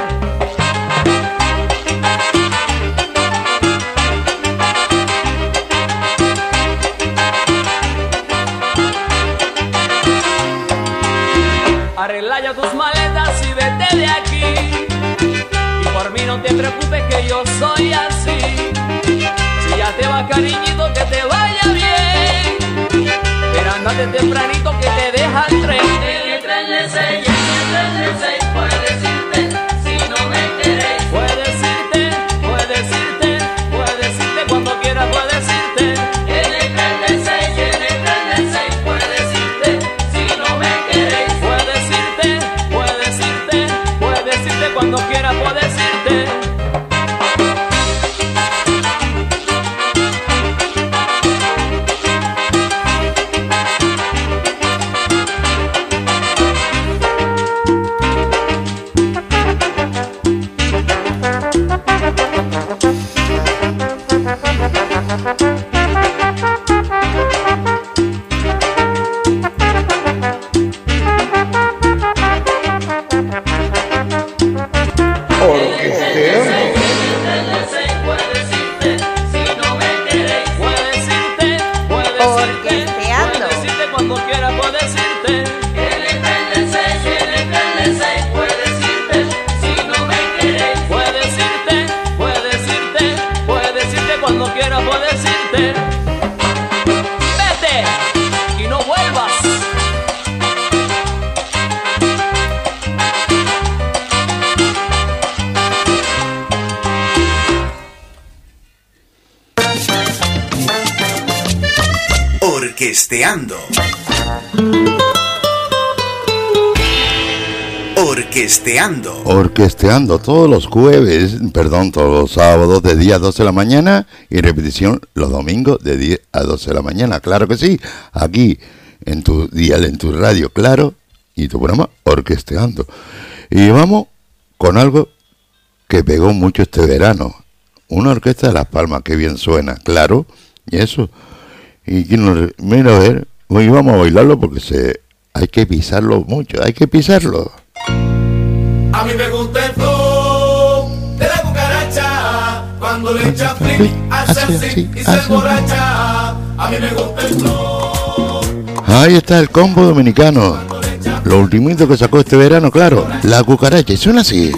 Arregla ya tus maletas y vete de aquí. Y por mí no te preocupes que yo soy así. Si ya te vas, cariñito, que te vaya bien, pero andate tempranito que te deja el tren. En el tren de seis, en el tren de seis, puedes irte si no me queréis. Puedes irte, puedes irte, puedes irte cuando quieras, puedes irte. En el tren de seis, en el tren de seis, puedes irte si no me queréis. Puedes irte, puedes irte, puedes irte cuando quieras, puedes irte. Orquesteando. Orquesteando. Orquesteando todos los jueves, perdón, todos los sábados de diez a doce de la mañana y repetición los domingos de diez a doce de la mañana. Claro que sí, aquí en tu dial, en tu radio, claro, y tu programa Orquesteando. Y vamos con algo que pegó mucho este verano. Una orquesta de Las Palmas, que bien suena, claro, y eso. Y quién nos, mira a ver, hoy vamos a bailarlo porque se, hay que pisarlo mucho, hay que pisarlo. A mí me gusta el flow de la cucaracha, cuando le echa flip, hace así y se emborracha. A mí me gusta el flow. Ahí está el combo dominicano, lo ultimito que sacó este verano, claro, la cucaracha, y suena así.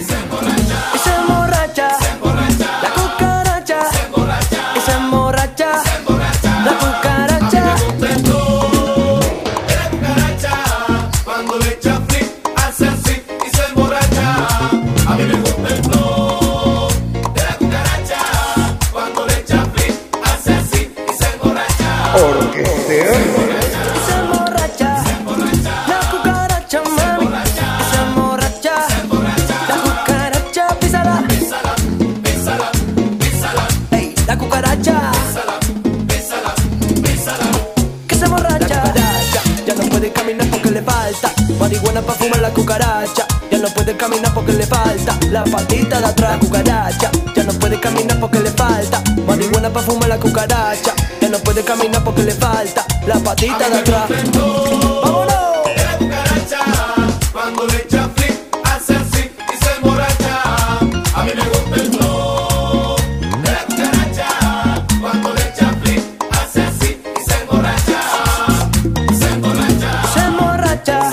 Marihuana pa' fumar la cucaracha, ya no puede caminar porque le falta la patita de atrás. Cucaracha, ya no puede caminar porque le falta. Marihuana pa' fumar la cucaracha, ya no puede caminar porque le falta la patita de atrás. ¡Vámonos! La cucaracha, cuando le echa flip, hace así y se emborracha. A mí me gusta el flow de la cucaracha, cuando le echa flip, hace así y se emborracha. Se emborracha. Se emborracha.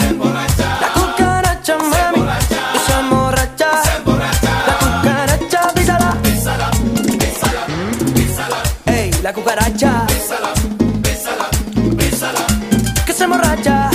La cucaracha, bésala, bésala, bésala, que se emborracha.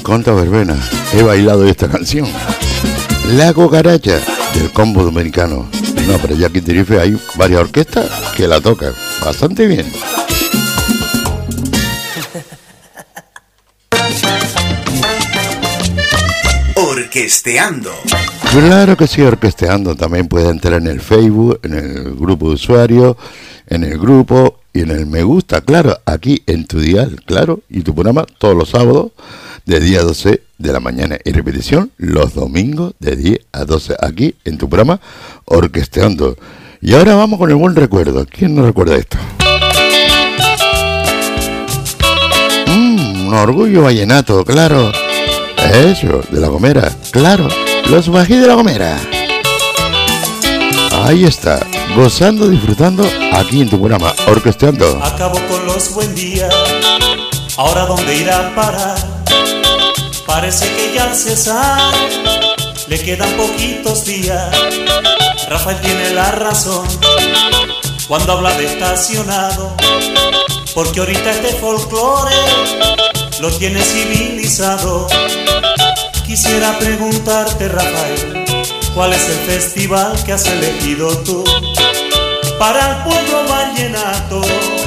cuánta verbena he bailado esta canción. La Cucaracha del Combo Dominicano. No, pero ya aquí en Tenerife hay varias orquestas que la tocan bastante bien. Orquesteando. Claro que sí, orquesteando. También puede entrar en el Facebook, en el grupo de usuarios, en el grupo y en el me gusta, claro, aquí en tu dial, claro, y tu programa todos los sábados de diez a doce de la mañana y repetición los domingos de diez a doce aquí en tu programa Orquesteando. Y ahora vamos con el buen recuerdo. ¿Quién no recuerda esto? Mmm, un orgullo vallenato, claro. Eso, de La Gomera, claro, los Bají de La Gomera. Ahí está, gozando, disfrutando aquí en tu programa Orquesteando. Acabo con los buen días, ahora dónde irá a parar. Parece que ya al cesar le quedan poquitos días. Rafael tiene la razón cuando habla de estacionado, porque ahorita este folclore lo tiene civilizado. Quisiera preguntarte, Rafael, ¿cuál es el festival que has elegido tú para el pueblo vallenato?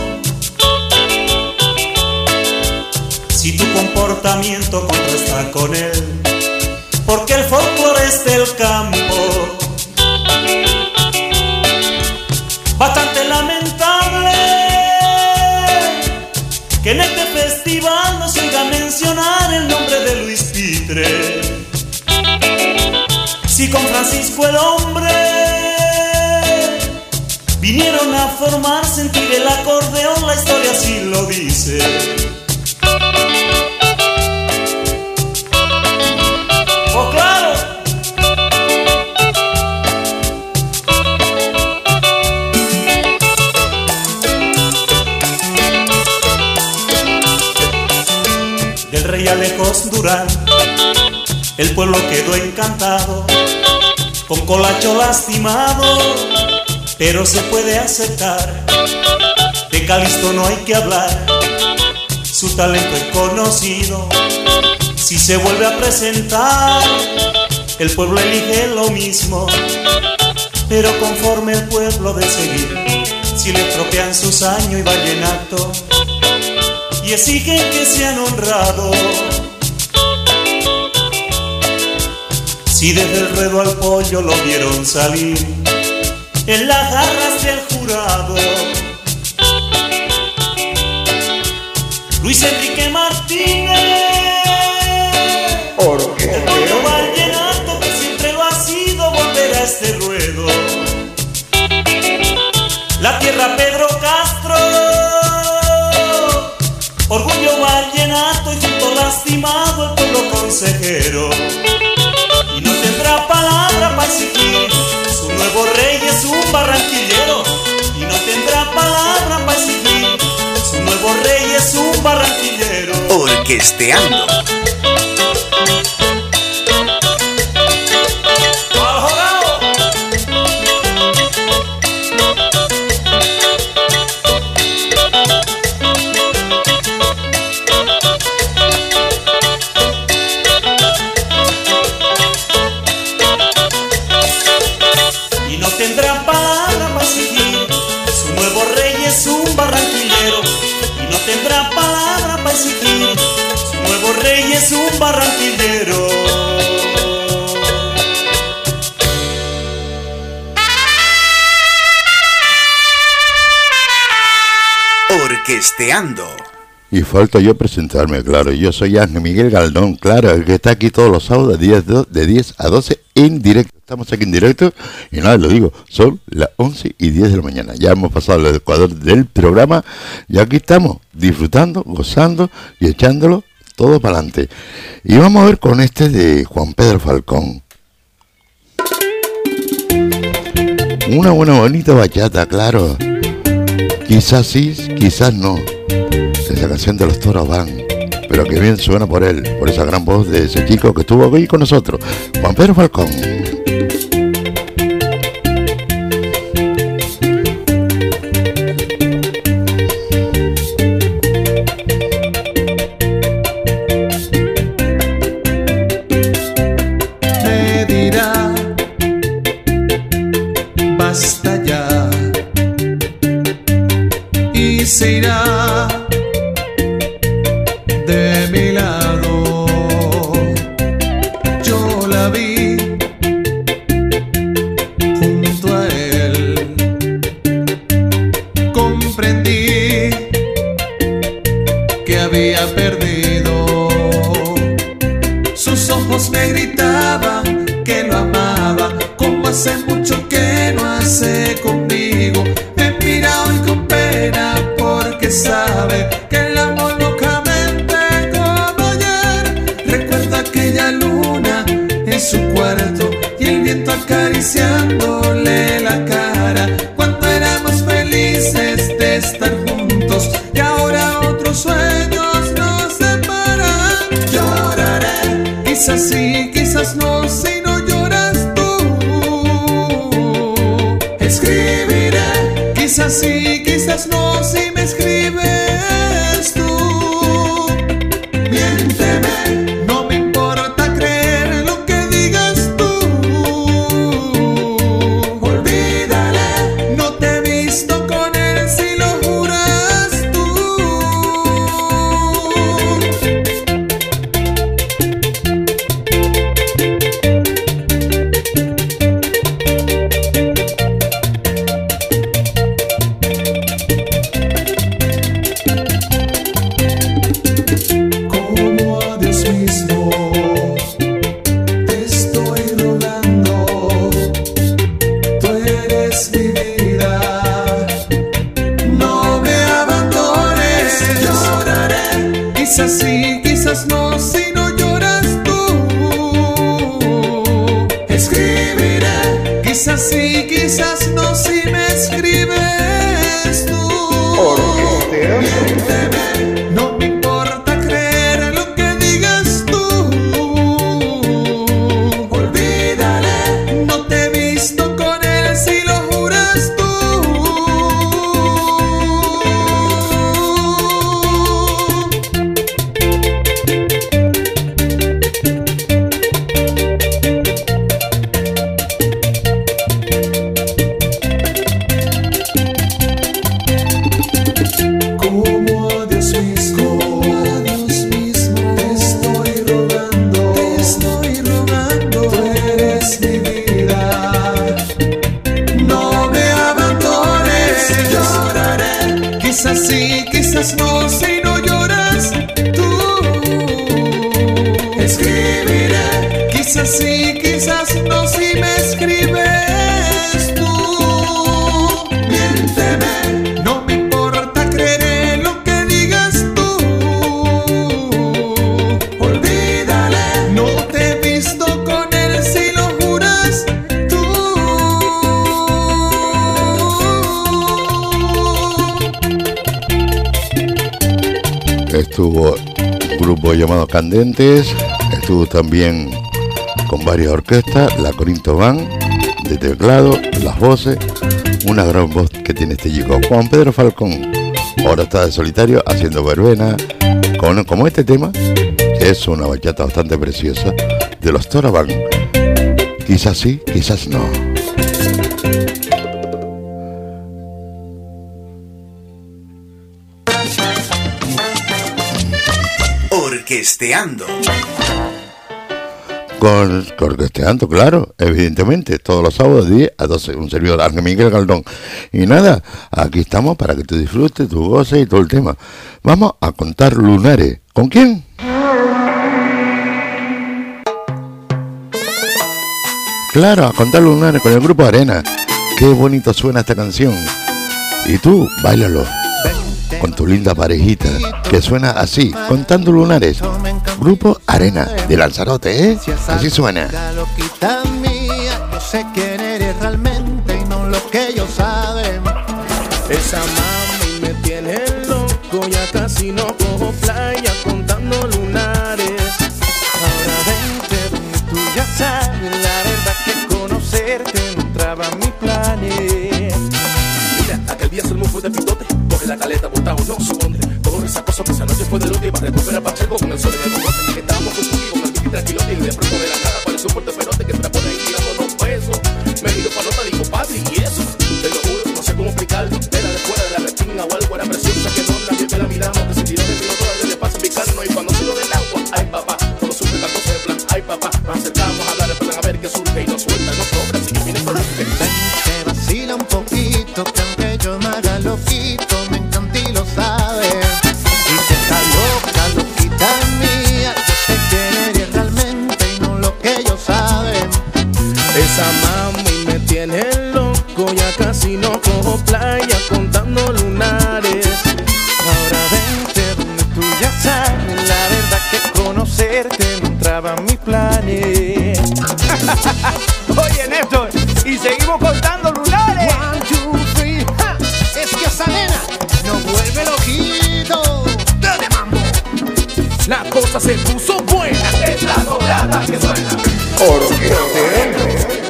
Si tu comportamiento contrasta con él, porque el folclore es del campo. Bastante lamentable que en este festival no se oiga mencionar el nombre de Luis Pitre. Si con Francisco el hombre vinieron a formar, sentir el acordeón, la historia así lo dice. ¡Oh, claro! Del rey Alejos Durán, el pueblo quedó encantado, con Colacho lastimado, pero se puede aceptar. De Calixto no hay que hablar, su talento es conocido. Si se vuelve a presentar, el pueblo elige lo mismo, pero conforme el pueblo de seguir, si le estropean sus años y vallenato, y exigen que sean honrados. Si desde el ruedo al pollo lo vieron salir en las garras del jurado, Luis Enrique Martínez, el pollo vallenato que siempre lo ha sido, volver a este ruedo. La tierra Pedro Castro, orgullo vallenato y junto lastimado el pueblo consejero. Y no tendrá palabra para exigir, su nuevo rey es un barranquillero. Y no tendrá palabra para exigir, su nuevo rey es un barranquillero. Orquesteando. Tendrá palabra para exigir, su nuevo rey es un barranquillero. Y no tendrá palabra para exigir, su nuevo rey es un barranquillero. Orquesteando. Y falta yo presentarme, claro. Yo soy Ángel Miguel Galdón, claro, el que está aquí todos los sábados de diez a doce en directo. Estamos aquí en directo y nada, lo digo, son las once y diez de la mañana. Ya hemos pasado el ecuador del programa y aquí estamos disfrutando, gozando y echándolo todo para adelante. Y vamos a ver con este de Juan Pedro Falcón. Una buena bonita bachata, claro. Quizás sí, quizás no. Esa canción de los Toros Van, pero que bien suena por él, por esa gran voz de ese chico que estuvo aquí con nosotros, Juan Pedro Falcón. y se irá de mi lado. Yo la vi junto a él, comprendí que había perdido. Sus ojos me gritaban que lo amaba, como hace mucho que no hace conmigo. Me mira hoy con pena porque sabe que el amor locamente como ayer. Recuerda aquella luna en su cuarto y el viento acariciándole la cara cuando éramos felices de estar juntos, y ahora otros sueños nos separan. Lloraré, quizás sí, quizás no, si no lloras tú. Escribiré, quizás sí, quizás no, si me escribes tú. Miénteme, no me importa creer lo que digas tú. Olvídale, no te he visto con él, si lo juras tú. Como a Dios mismo te estoy rogando, tú eres mi vida, no me abandones. Lloraré, quizás sí, quizás no, si no lloras tú. Escribiré, quizás sí, quizás no, si me escribes tú. Miénteme, no me importa creer lo que digas tú. Olvídale, no te he visto con él, si lo juras tú. Como a Dios mismo, te estoy rogando, te estoy rogando, tú eres mi vida, no me abandones. Lloraré, quizás sí, quizás no, si no lloras tú. Escribiré, quizás sí, quizás no, si me escribes tú. Miénteme, no me importa creer lo que digas tú. Olvídale, no te he visto con él, si lo juras tú. Estuvo un grupo llamado Candentes, estuvo también con varias orquestas, la Corinto Band de teclado, las voces, una gran voz que tiene este chico, Juan Pedro Falcón. Ahora está de solitario haciendo verbena, con, como este tema, que es una bachata bastante preciosa, de los Tora Band. Quizás sí, quizás no. Orquesteando. Con, con orquesteando, claro, evidentemente, todos los sábados de diez a doce, un servidor, Ángel Miguel Galdón. Y nada, aquí estamos para que tú disfrutes, tu goces y todo el tema. Vamos a contar lunares. ¿Con quién? Claro, a contar lunares con el grupo Arena. Qué bonito suena esta canción. Y tú, báilalo con tu linda parejita, que suena así, contando lunares. Grupo Arena de Lanzarote, ¿eh? Así suena. Loquita mía, yo sé quién eres realmente y no lo que ellos saben. Esa mami me tiene loco, ya casi no cojo playa contando lunares. Ahora vente, tú ya sabes, la verdad que conocerte no entraba en mis planes. Mira, aquel día se fue de pitote, coge la caleta, montado, no supone. Todo esa cosa que esa noche fue de la última, después era Pacheco con el sol en el cogote. Que estábamos con un con el piqui tranquilote y de pronto de la nada apareció un fuerte perote que trapó de ahí tirando unos pesos. Me dijo pa' nota, dijo padre, y eso, te lo juro, no sé cómo explicarlo. Era de fuera de la retina o algo, era presión. preciosa que no nadie me la miramos, que se tiró de mi motor, le pasa picando y cuando tiro del agua, ay papá, cuando sube tanto se plan, ay papá, nos acercamos a hablar, esperan a ver qué surge y nos suelta, nos cobra, así que viene con lo que te vacila un poquito, que aunque yo me haga loquito, me encanta y lo sabes. Y que está loca, loquita mía, yo sé quién eres realmente y no lo que ellos saben. Esa mami me tiene loco, ya casi no cojo playa contando lunares. Ahora vente donde tú ya sabes, la verdad que conocerte no entraba en mis planes. Oye, Néstor, y seguimos contando lunares. One, two, three, ja. Es que esa nena no vuelve loquito. Dale mambo. La cosa se puso buena. Es la doblada que suena. Orquesteando.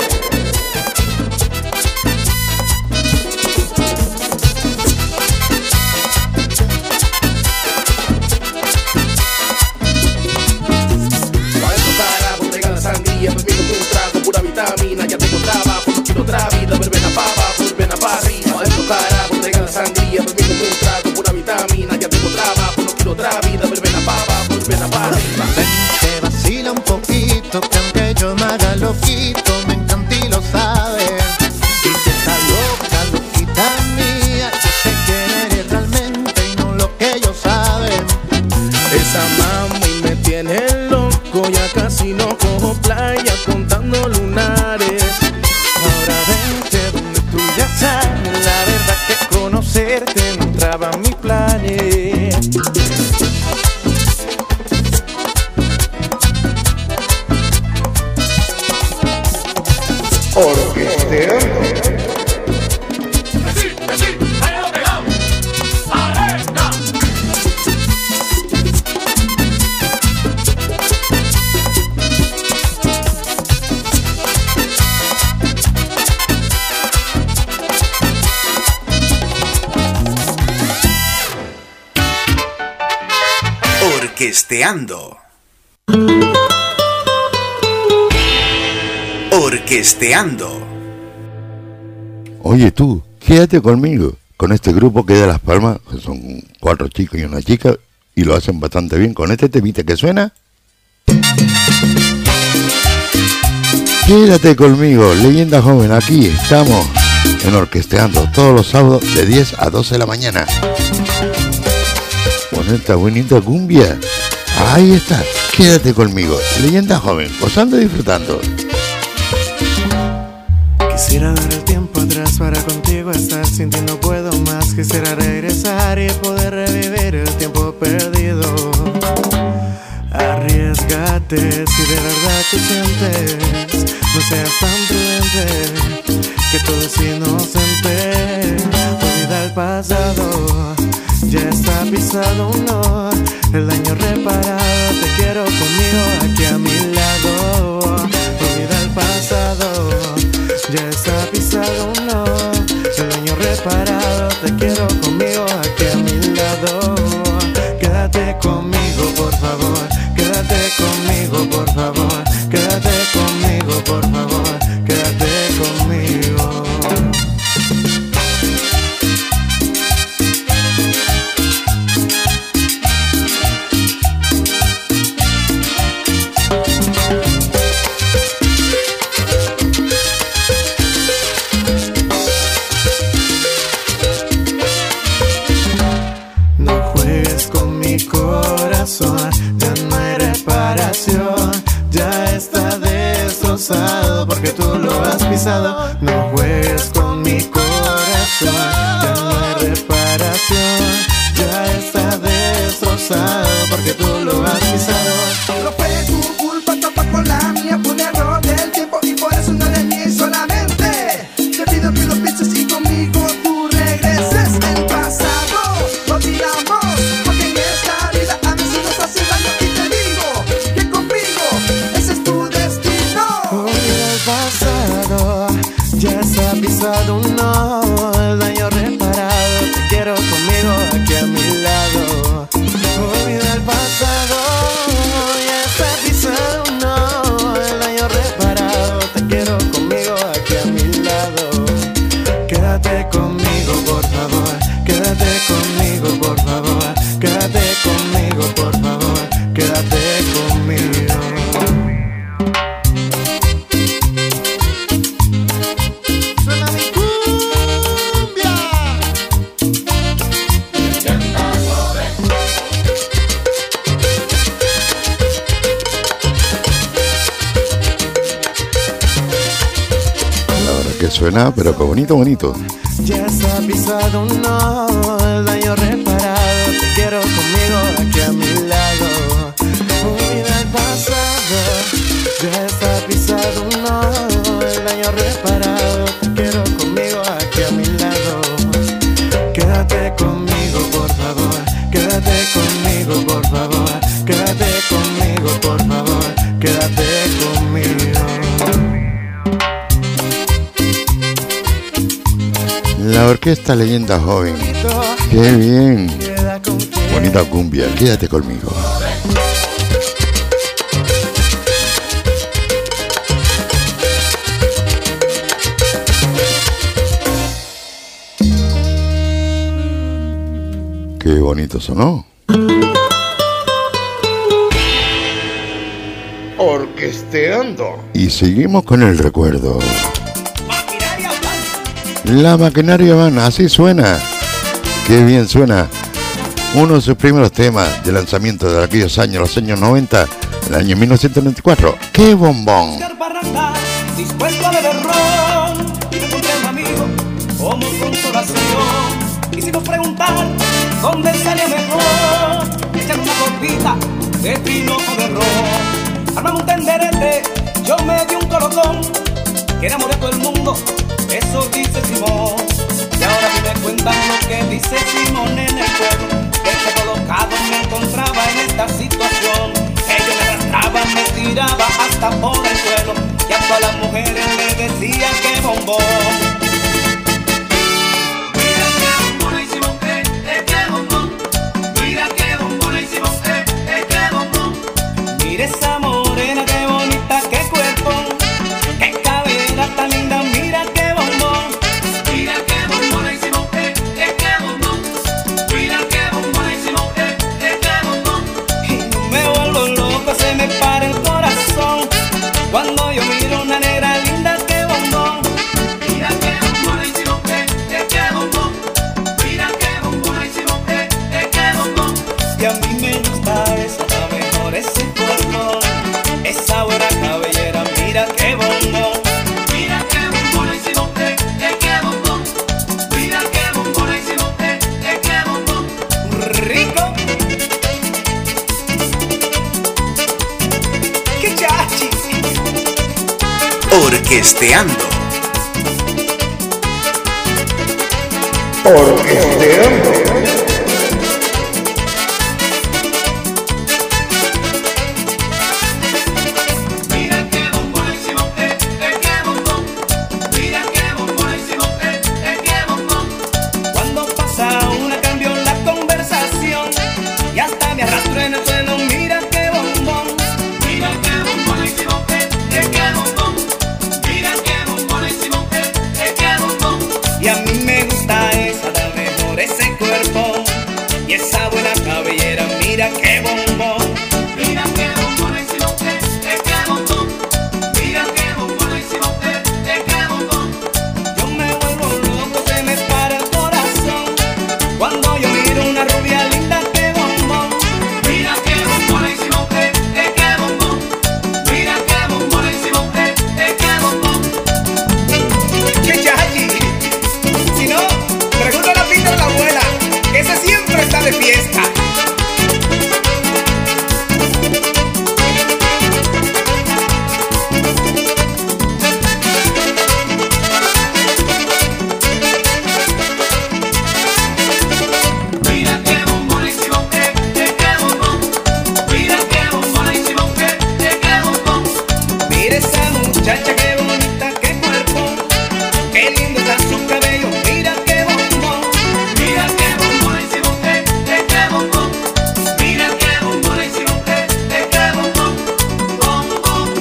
Vitamina, ya tengo trabajo, no quiero otra vida, verbena pa' abajo, verbena pa' arriba. Adentro cara, botella de sangría, bebiendo un trago, pura vitamina, ya tengo trabajo, no quiero otra vida, verbena pa' abajo, verbena pa' arriba. Te vacila un poquito, que aunque yo me haga loquito, me encanta y lo sabes. Y que está loca, loquita mía, yo sé quién eres realmente y no lo que ellos saben. Esa mami me tiene loco, ya casi no cojo playa contando lunares. Ahora vente donde tú ya sabes, la verdad que conocerte no entraba en mis planes. Orquesteando. Orquesteando. Orquesteando. Oye tú, quédate conmigo, con este grupo que de Las Palmas, que son cuatro chicos y una chica, y lo hacen bastante bien con este temita que suena. Quédate conmigo, leyenda joven, aquí estamos en Orquesteando, todos los sábados de diez a doce de la mañana. Con esta bonita cumbia, ahí está, quédate conmigo, leyenda joven, gozando y disfrutando. Quisiera dar el tiempo atrás para contigo estar sin ti no puedo más. Quisiera regresar y poder revivir el tiempo perdido. Arriesgate si de verdad tú sientes, no seas tan prudente, que todo es inocente. Olvida el pasado, ya está pisado, no, el daño reparado. Te quiero conmigo aquí a mi lado. Olvida el pasado, ya está pisado, no, el daño reparado. Te quiero conmigo aquí a mi lado. Quédate conmigo, por favor. Quédate conmigo, por favor. Quédate conmigo, por favor. Quédate conmigo. No juegues con mi corazón, ya no hay reparación, ya está destrozado porque tú lo has pisado. No juegues con mi corazón, ya no hay reparación, ya está destrozado porque tú lo has pisado. No fue tu culpa, tampoco la mía, fue un error del tiempo y por eso no eres mía y solamente te pido que lo pienses y conmigo tú regreses. El pasado lo tiramos, porque en esta vida a veces nos hace daño y te digo que conmigo ese es tu destino. Olvida el pasado, ya está pisado, no, el daño reparado. Te quiero conmigo suena, pero qué bonito, bonito. Ya está pisado, no, el daño reparado. Te quiero conmigo aquí a mi lado. Olvida el pasado. Ya está pisado, no, el daño reparado. Te quiero conmigo aquí a mi lado. Quédate conmigo, por favor. Quédate conmigo, por favor. Quédate conmigo, por favor. Quédate conmigo. La orquesta Leyenda Joven. ¡Qué bien! Bonita cumbia, quédate conmigo. Qué bonito sonó. Orquesteando. Y seguimos con el recuerdo. La maquinaria van, así suena. Qué bien suena. Uno de sus primeros temas de lanzamiento de aquellos años, los años noventa, el año mil novecientos noventa y cuatro. ¡Qué bombón! Dispuesto a beber ron y me encontré un amigo como consolación. Hicimos preguntar dónde salía mejor echar una copita de vino o de ron. Armamos un tenderete, yo me di un colocón que enamoré a todo el mundo, eso dice Simón. Y ahora a mí me cuentan lo que dice Simón en el pueblo, que este colocado me encontraba en esta situación. Ellos me arrastraban, me tiraba hasta por el suelo, y a todas las mujeres le decía que bombón. Mira qué bombón hicimos, eh, eh, qué bombón. Mira qué bombón hicimos, eh, eh, qué bombón. Mira esa morena, qué bonita, qué cuerpo, qué cabeza tan linda, mira qué bombón. Mira qué bombón hicimos, eh, eh, qué bombón. Mira qué bombón hicimos, eh, eh, qué bombón. Y me vuelvo loco, se me para el corazón cuando yo miro una negra linda, qué bombón. Mira qué bombón hicimos, eh, eh, qué bombón. Mira qué bombón hicimos, eh, eh, qué bombón. Y a mí me gusta eso, a mejor ese cuerpo, esa buena cabellera, mira qué bombón. Mira qué bombón hicimos, eh, eh, qué bombón. Mira qué bombón hicimos, eh, eh, qué bombón. Rico. ¡Qué chachi! Orquesteando. Orquesteando. Mira qué bombón hicimos, eh, eh, qué bombón. Mira qué bombón hicimos, eh, eh, qué bombón. Cuando pasa una cambio la conversación y hasta me arrastro en el suelo, mira qué bombón. Mira qué bombón hicimos, eh, eh, qué bombón. Mira qué bombón hicimos, eh, eh, qué bombón. Y a mí me gusta esa, da mejor ese cuerpo y esa buena cabellera, mira qué bombón. Mira qué bombón hicimos, eh, eh, qué bombón. Mira qué bombón hicimos, eh, eh, qué bombón. Yo me vuelvo loco, se me para el corazón cuando yo miro una rubia linda, qué bombón. Mira qué bombón hicimos, eh, eh, qué bombón. Mira qué bombón hicimos, eh, eh, qué bombón. ¡Qué chachi! Si no, pregúntale a Peter, la abuela, que ese siempre está de fiesta. Mira qué bombón hicimos, eh, eh, qué bombón. Mira qué bombón hicimos, eh, eh, qué bombón. Mira esa muchacha, qué bonita, qué cuerpo, qué lindo está su cabello, mira qué bombón. Mira qué bombón hicimos, eh, eh, qué bombón. Mira qué bombón hicimos, eh, eh, qué bombón. Bombón.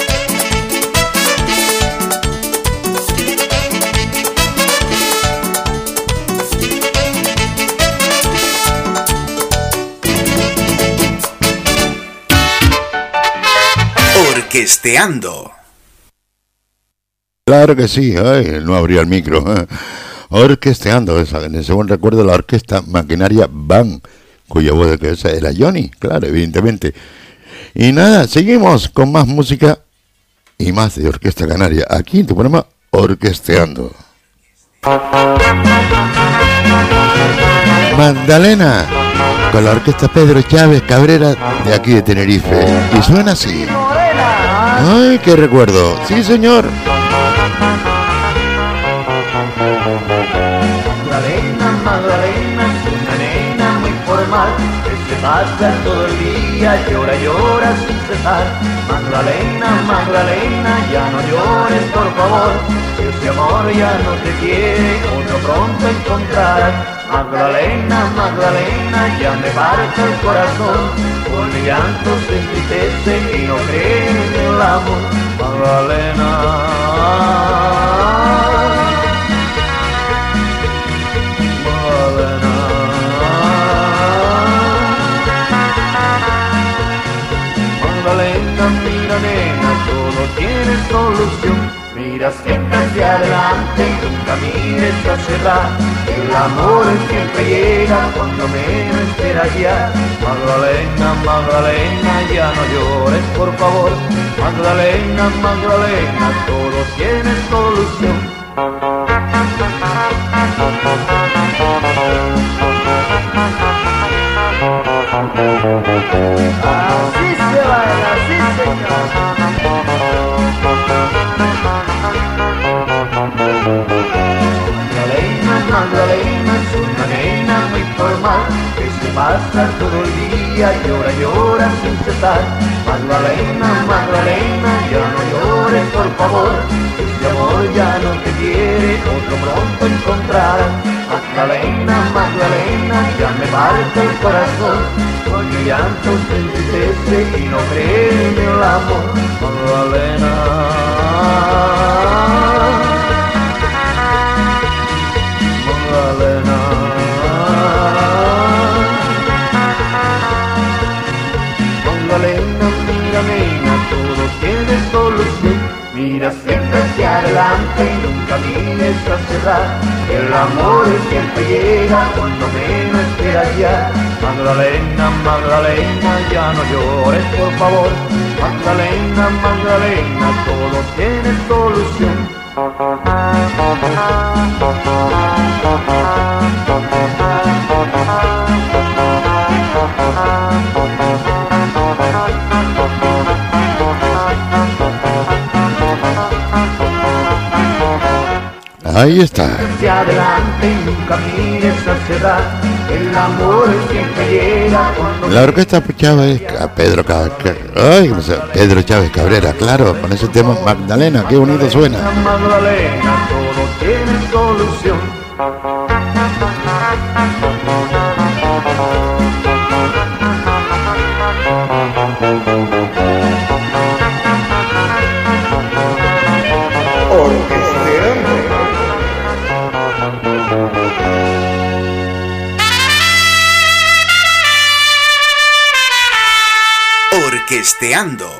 Orquesteando. Claro que sí, ay, no abría el micro. Orquesteando, esa, en ese buen recuerdo, la orquesta Maquinaria Van, cuya voz de cabeza era Johnny, claro, evidentemente. Y nada, seguimos con más música y más de Orquesta Canaria, aquí en tu programa Orquesteando. Magdalena, con la orquesta Pedro Chávez Cabrera de aquí de Tenerife. Y suena así. Ay, qué recuerdo. Sí, señor. Magdalena, Magdalena, es una nena muy formal que se pasa todo el día, llora, llora sin cesar. Magdalena, Magdalena, ya no llores por favor, que ese amor ya no te quiere, otro pronto encontrarás. Magdalena, Magdalena, ya me parte el corazón, por mi llanto se entristece y no cree en el amor. Magdalena. Magdalena, mira nena, todo tiene solución. Mira siempre hacia adelante y nunca mires hacia atrás. El amor siempre llega cuando menos esperas ya. Magdalena, Magdalena, ya no llores por favor. Magdalena, Magdalena, todo tiene solución. Así se baila, así señor. Magdalena, Magdalena, es una nena muy formal que se pasa todo el día, llora, llora sin cesar. Magdalena, Magdalena, ya no llores por favor, ese amor ya no te quiere, otro pronto encontrarás. Magdalena, Magdalena, ya me parte el corazón, con mi llanto se entristece y no cree en el amor. Magdalena. Magdalena. Magdalena, mira nena, todo tiene solución. Mira siempre hacia adelante y nunca mires hacia atrás. El amor siempre llega cuando menos esperas ya. Magdalena, Magdalena, ya no llores por favor. Magdalena, Magdalena, todo tiene solución. Ahí está. Hacia adelante y nunca mires hacia atrás. El amor siempre llega cuando... La orquesta Chávez, Pedro Chávez, ay, Pedro Chávez Cabrera, claro, con ese tema Magdalena, qué bonito suena. Magdalena, todo tiene solución. Orquesteando.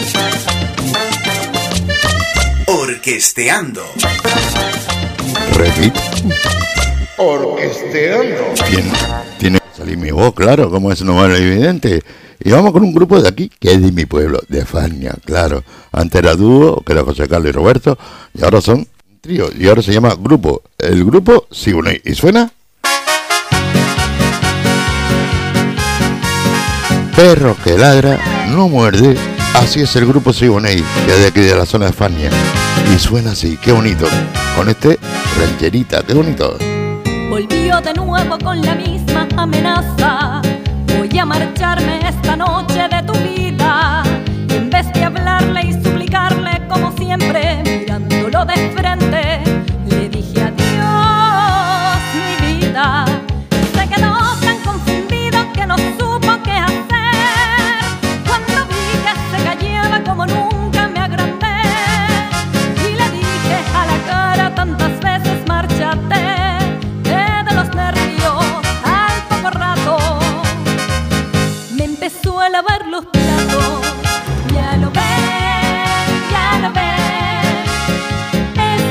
Orquesteando. Repito. Orquesteando. Tiene, tiene que salir mi voz, claro, como es normal y evidente. Y vamos con un grupo de aquí, que es de mi pueblo, de Fania, claro. Antes era dúo, que era José Carlos y Roberto, y ahora son trío, y ahora se llama grupo. El grupo Siboney. ¿Y suena? Perro que ladra, no muerde. Así es el grupo Siboney, que es de aquí de la zona de Fania. Y suena así, qué bonito. Con este rancherita, qué bonito. Volvió de nuevo con la misma amenaza. Voy a marcharme esta noche de tu vida. Y en vez de hablarle y suplicarle como siempre, mirándolo de frente, le dije adiós, mi vida. Se quedó tan confundido que no supo qué hacer. Cuando vi que se callaba como nunca me agrandé, y le dije a la cara tantas veces márchate, que de los nervios al poco rato me empezó a lavar los platos. Ya lo ves, ya lo ves,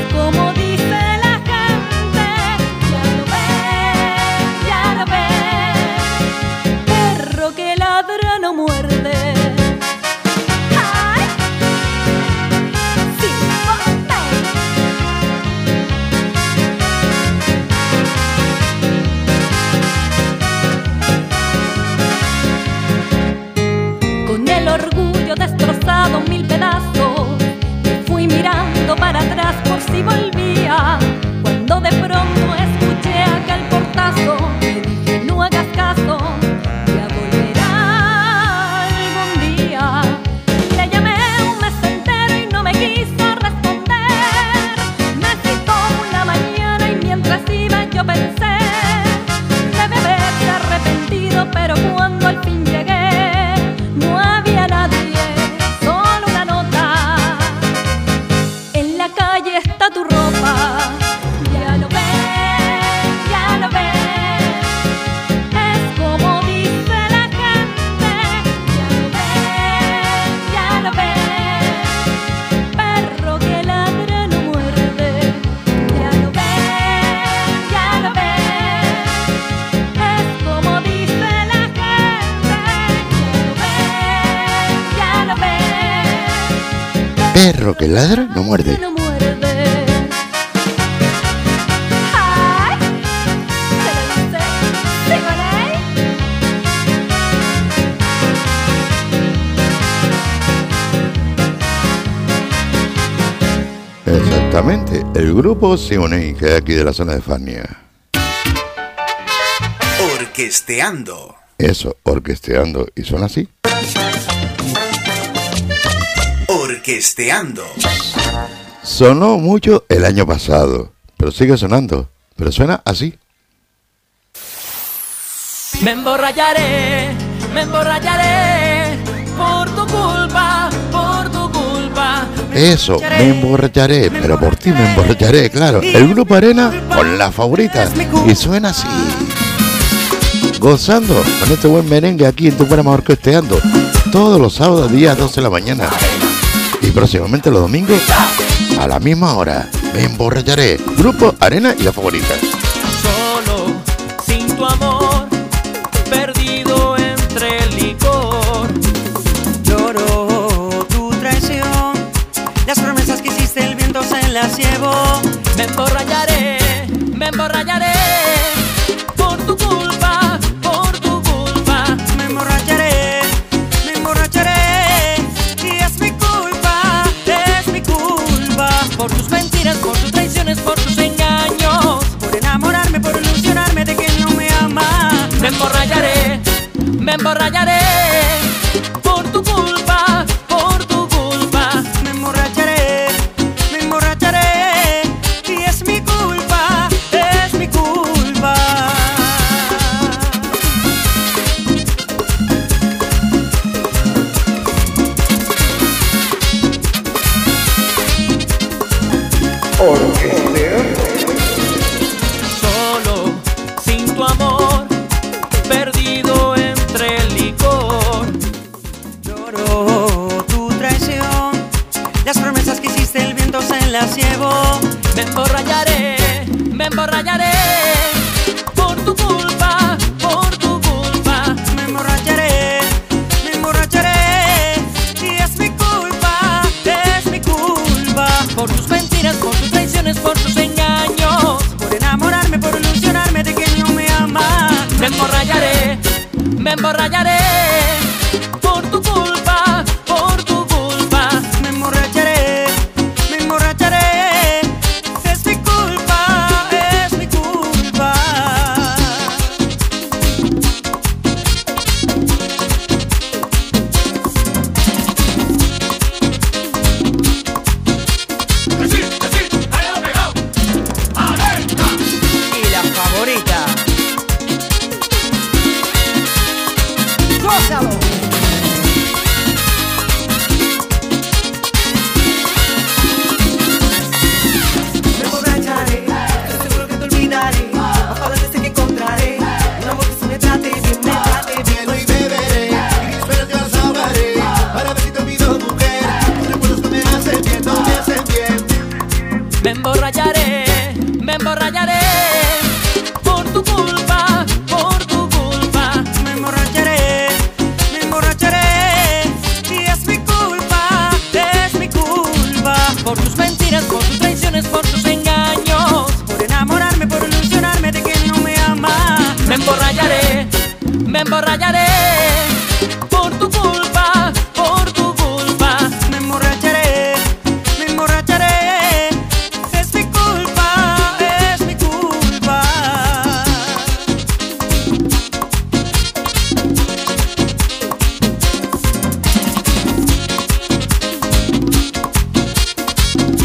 y volvía, cuando de pronto escuché aquel portazo, me dije no hagas caso, ya volverá algún día. Le llamé un mes entero y no me quiso responder. Me citó una mañana y mientras iba yo pensé, debe haberse arrepentido, pero cuando al fin llegué no había nadie, solo una nota. En la calle está tu ropa, ya lo ves, ya lo ves. Es como dice la gente, ya lo ves, ya lo ves. Perro que ladra no muerde, ya lo ves, ya lo ves. Es como dice la gente, ya lo ves, ya lo ves. Perro que ladra no muerde. No muerde. Ay, se lo dice, ¿sí con él? Exactamente, el grupo Simonein, que es aquí de la zona de Fania. Orquesteando. Eso, orquesteando, y suena así. Orquesteando. Sonó mucho el año pasado, pero sigue sonando, pero suena así. Me emborracharé, me emborracharé por tu culpa, por tu culpa. Eso, me emborracharé, pero por ti me emborracharé, claro. El grupo Arena con la favorita, y suena así. Gozando con este buen merengue aquí en Tu Programa Orquesteando, todos los sábados, día doce de la mañana. Y próximamente los domingos, a la misma hora, me emborracharé. Grupo Arena y la favorita. Solo, sin tu amor, perdido entre el licor. Lloro tu traición, las promesas que hiciste el viento se las llevó. Me emborracharé, me emborracharé por tu culpa, por tu culpa. Me emborracharé, me emborracharé, y es mi culpa, es mi culpa. Por tus mentiras, por tus traiciones, por tus engaños. Por enamorarme, por ilusionarme de que no me ama. Me emborracharé, me emborracharé por tu culpa, por tu culpa. Me emborracharé, me emborracharé, y es mi culpa, es mi culpa. Solo, sin tu amor, perdido entre el licor. Lloro tu traición, las promesas que hiciste el viento se las llevó. Me emborracharé, me emborracharé por tu culpa, por tu culpa. Me emborracharé, me emborracharé, y es mi culpa, es mi culpa. Por tus mentiras, por tus traiciones, por tus engaños. Por enamorarme, por ilusionarme de que no me ama. Me emborracharé, me emborracharé por tu culpa, por tu culpa. Me emborracharé, me emborracharé, es mi culpa, es mi culpa. Y la favorita. ¡Gózalo! Me emborracharé, estoy seguro que te olvidaré. Ojalá desde que encontraré un amor que se me trate bien, me trate bien. Hoy beberé y mis penas te las ahogaré. Para ver si te olvido, mujer. Tus recuerdos no me hacen bien, no me hacen bien. Me emborracharé, me emborracharé por tu culpa, por tu culpa. Me emborracharé, me emborracharé, y es mi culpa, es mi culpa. Por tus mentiras, por tus traiciones, por tus engaños. Por enamorarme, por ilusionarme de que no me ama. Me emborracharé, me emborracharé por tu culpa, por tu culpa. Me emborracharé, me emborracharé, es mi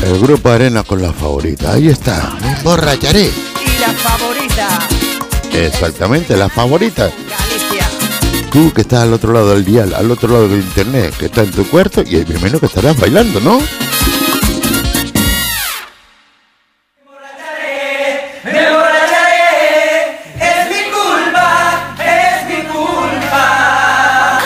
El grupo Arena con la favorita. Ahí está. Me emborracharé. Y la favorita, Exactamente, la favorita. Galicia. Tú que estás al otro lado del dial, al otro lado del internet, que está en tu cuarto y me imagino que estarás bailando, ¿no? Me emborracharé, es mi culpa, es mi culpa.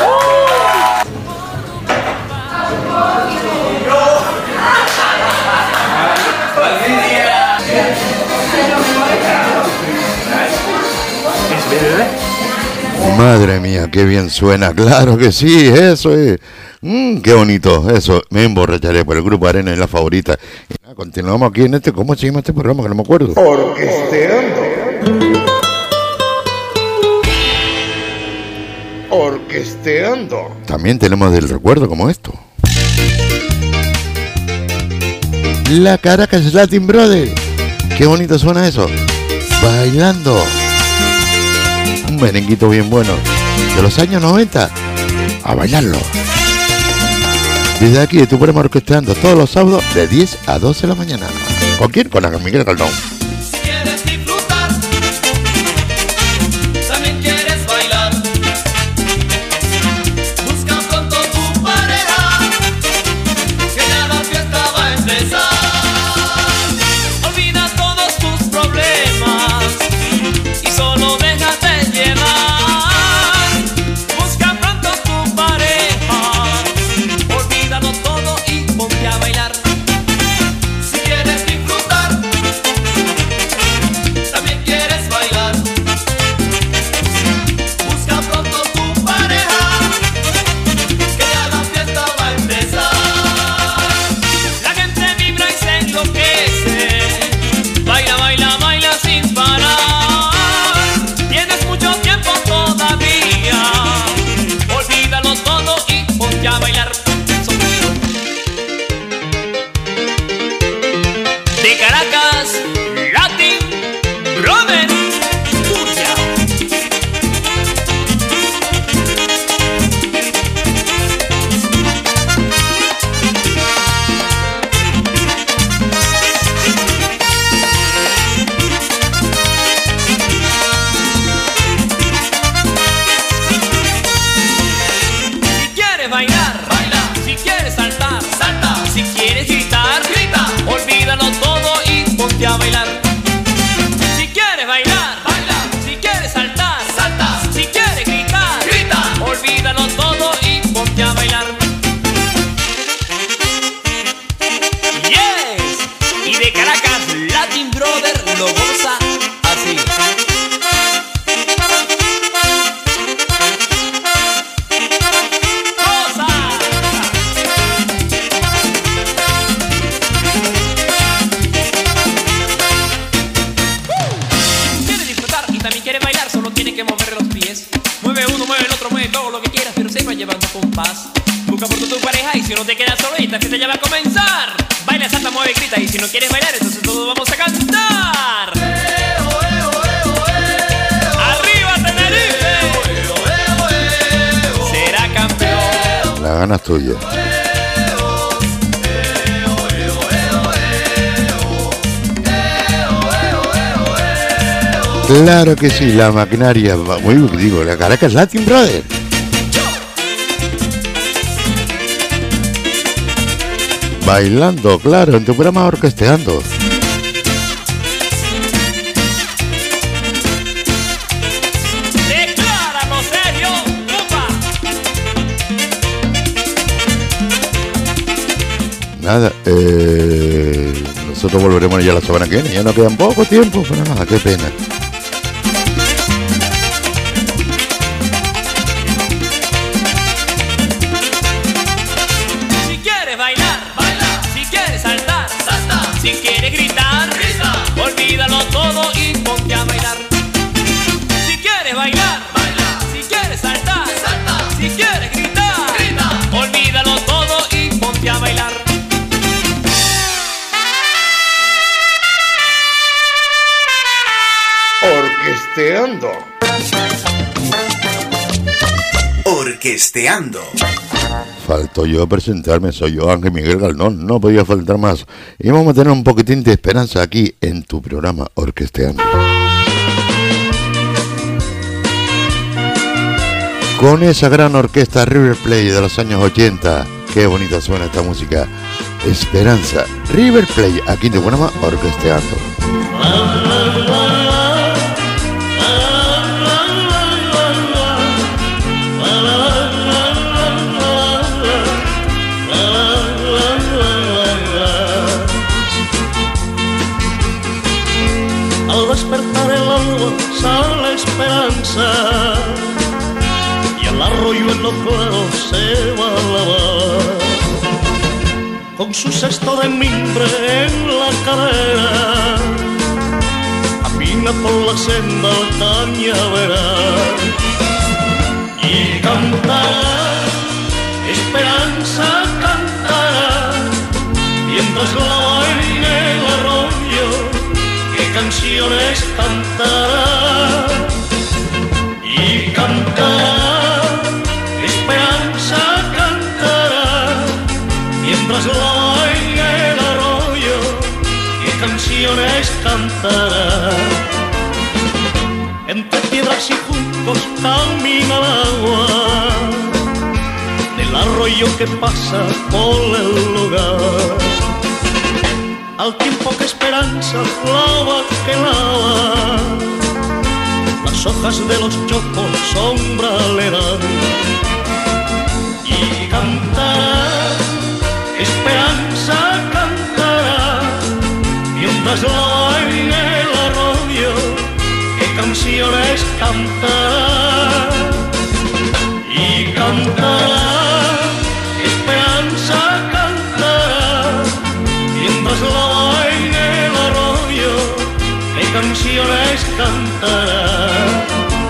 ¿Es verdad? Madre mía, qué bien suena, claro que sí, eso es. Mm, qué bonito, eso, me emborracharé por el grupo Arena y la favorita. Y nada, continuamos aquí en este, ¿cómo se llama este programa? Que no me acuerdo. Orquesteando. Orquesteando. También tenemos del recuerdo como esto. La Caracas Latin Brother. Qué bonito suena eso. Bailando. Un merenguito bien bueno. De los años noventa. A bailarlo. Desde aquí de tu programa Orquesteando todos los sábados de diez a doce de la mañana. ¿Con quién? Con la Miguel Caldón. Si quieres disfrutar, también quieres bailar. Busca pronto tu pareja, que ya la fiesta va a empezar. Olvida todos tus problemas y solo déjate llevar. Busca pronto tu pareja, olvídalo todo y ponte a bailar. Si quieres disfrutar, también quieres bailar. Busca pronto tu pareja, que ya la fiesta va a empezar. La gente vibra y se enloquece. Baila, baila, baila sin parar. Tienes mucho tiempo todavía. Olvídalo todo y ponte a bailar. De Caracas, Latin Brother, Turcia. Si quieres bailar, baila. Si quieres saltar, salta. Si quieres gritar, grita. Olvídalo todo y ponte a bailar. Si quieres bailar, baila. Si quieres saltar, salta. Si quieres gritar, grita. Olvídalo todo y ponte a bailar. Yes. Y de Caracas, Latin Brother lo goza así. Quiere disfrutar y también quiere bailar, solo tiene que mover los pies. Mueve uno, mueve el otro, mueve todo lo que quieras, pero se va llevando compás. Busca por tu pareja y si no te quedas solo, esta fiesta ya va a comenzar. Baila, salta, mueve, grita y si no quieres bailar, entonces todos vamos a cantar. ¡Arriba, Tenerife! Será campeón. La ganas tuya. Claro que sí, la maquinaria, muy digo, la Caracas Latin Brother. Bailando, claro, en tu programa Orquesteando. Decláralo serio, upa. Nada, eh, nosotros volveremos ya la semana que viene, ya no quedan poco tiempo, pero nada, qué pena. Si quieres bailar, baila. Si quieres saltar, salta. Si quieres gritar, grita. Olvídalo todo y ponte a bailar. Si quieres bailar, baila. Si quieres saltar, salta. Si quieres gritar, grita. Olvídalo todo y ponte a bailar. Orquesteando. Orquesteando. Falto yo presentarme, soy yo Ángel Miguel Galnón, no podía faltar más. Y vamos a tener un poquitín de esperanza aquí en tu programa Orquesteando. Con esa gran orquesta River Plate de los años ochenta, qué bonita suena esta música. Esperanza, River Plate, aquí en tu programa Orquesteando. Al despertar el alba sale esperanza y el arroyo en los claros se va a lavar. Con su cesto de mimbre en la cadera camina por la senda al cañaveral y cantará, esperanza cantará, mientras lava en el arroyo, qué canciones cantará y cantará, esperanza cantará, mientras lava en el arroyo, qué canciones cantará. Entre piedras y juncos camina el agua del arroyo que pasa por el lugar. Al tiempo que esperanza lava que lava, las hojas de los chopos sombra le dan y cantará, esperanza cantará, mientras lava en el arroyo, qué canciones cantará y cantará, esperanza cantará, mientras lava en el arroyo, qué canciones cantará.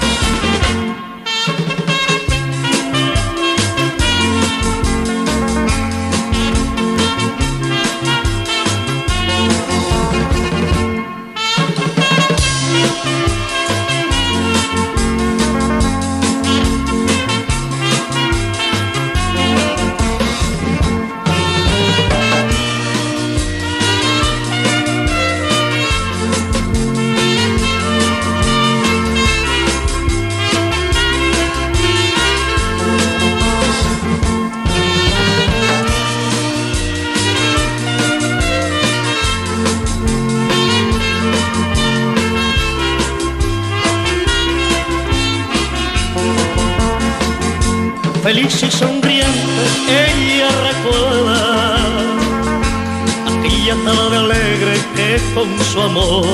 Feliz y sonriente ella recuerda aquella tarde alegre que con su amor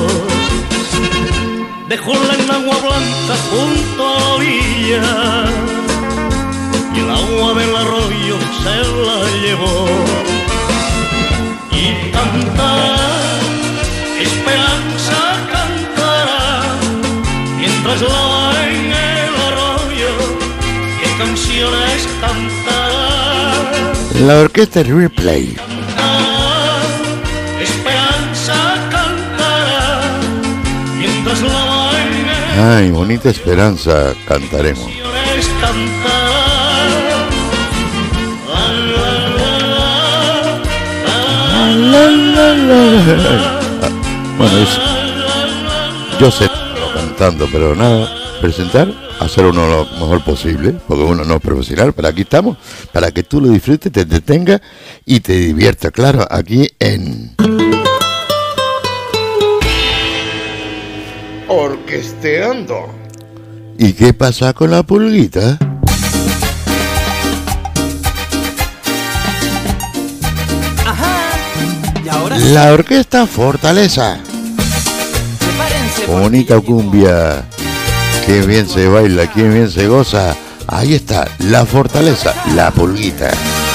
dejó la enagua blanca junto a la orilla y el agua del arroyo se la llevó y cantará, esperanza cantará, mientras lava en el arroyo, qué canciones cantará. La orquesta River Plate. Esperanza cantará, mientras lava en el Ay, bonita esperanza cantaremos. canciones cantará. Bueno, es, yo sé cantando, pero nada, presentar, hacer uno lo mejor posible, porque uno no es profesional, pero aquí estamos, para que tú lo disfrutes, te detengas y te diviertas, claro, aquí en Orquesteando. ¿Y qué pasa con la pulguita? La orquesta Fortaleza. Bonita cumbia. Qué bien se baila, qué bien se goza. Ahí está, la Fortaleza, la pulguita.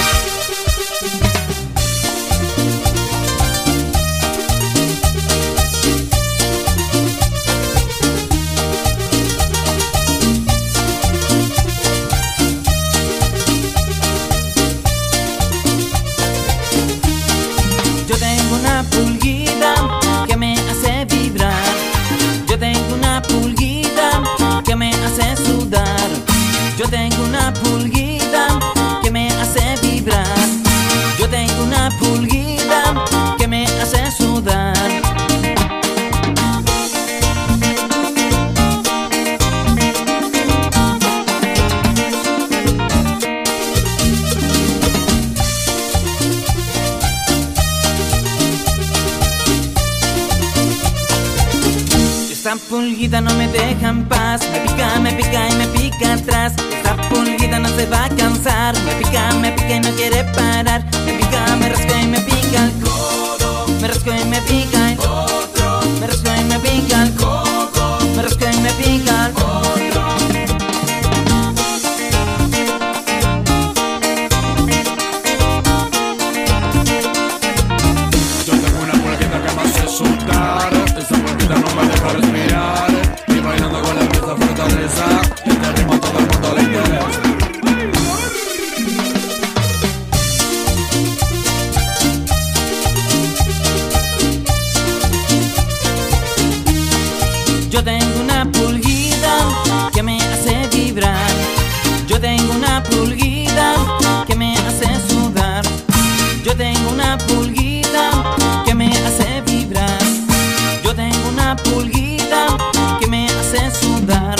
Yo tengo una pulguita que me hace vibrar. Yo tengo una pulguita que me hace sudar. Yo tengo una pulguita que me hace pulguita no me deja en paz. Me pica, me pica y me pica atrás. Esta pulguita no se va a cansar. Me pica, me pica y no quiere parar. Me pica, me rasca y me pica el codo. Me rasca y me pica el otro. Me rasca y me pica el codo. Me rasca y me pica el otro. Yo tengo una pulguita que me hace sudar. Esa pulguita no me deja respirar. Y bailando con la pieza fortaleza. Este ritmo a todo el mundo le interesa. Yo tengo una pulguita que me hace vibrar. Yo tengo una pulguita que me hace sudar. Yo tengo una pulguita que me hace vibrar. Yo tengo una pulguita que me hace sudar.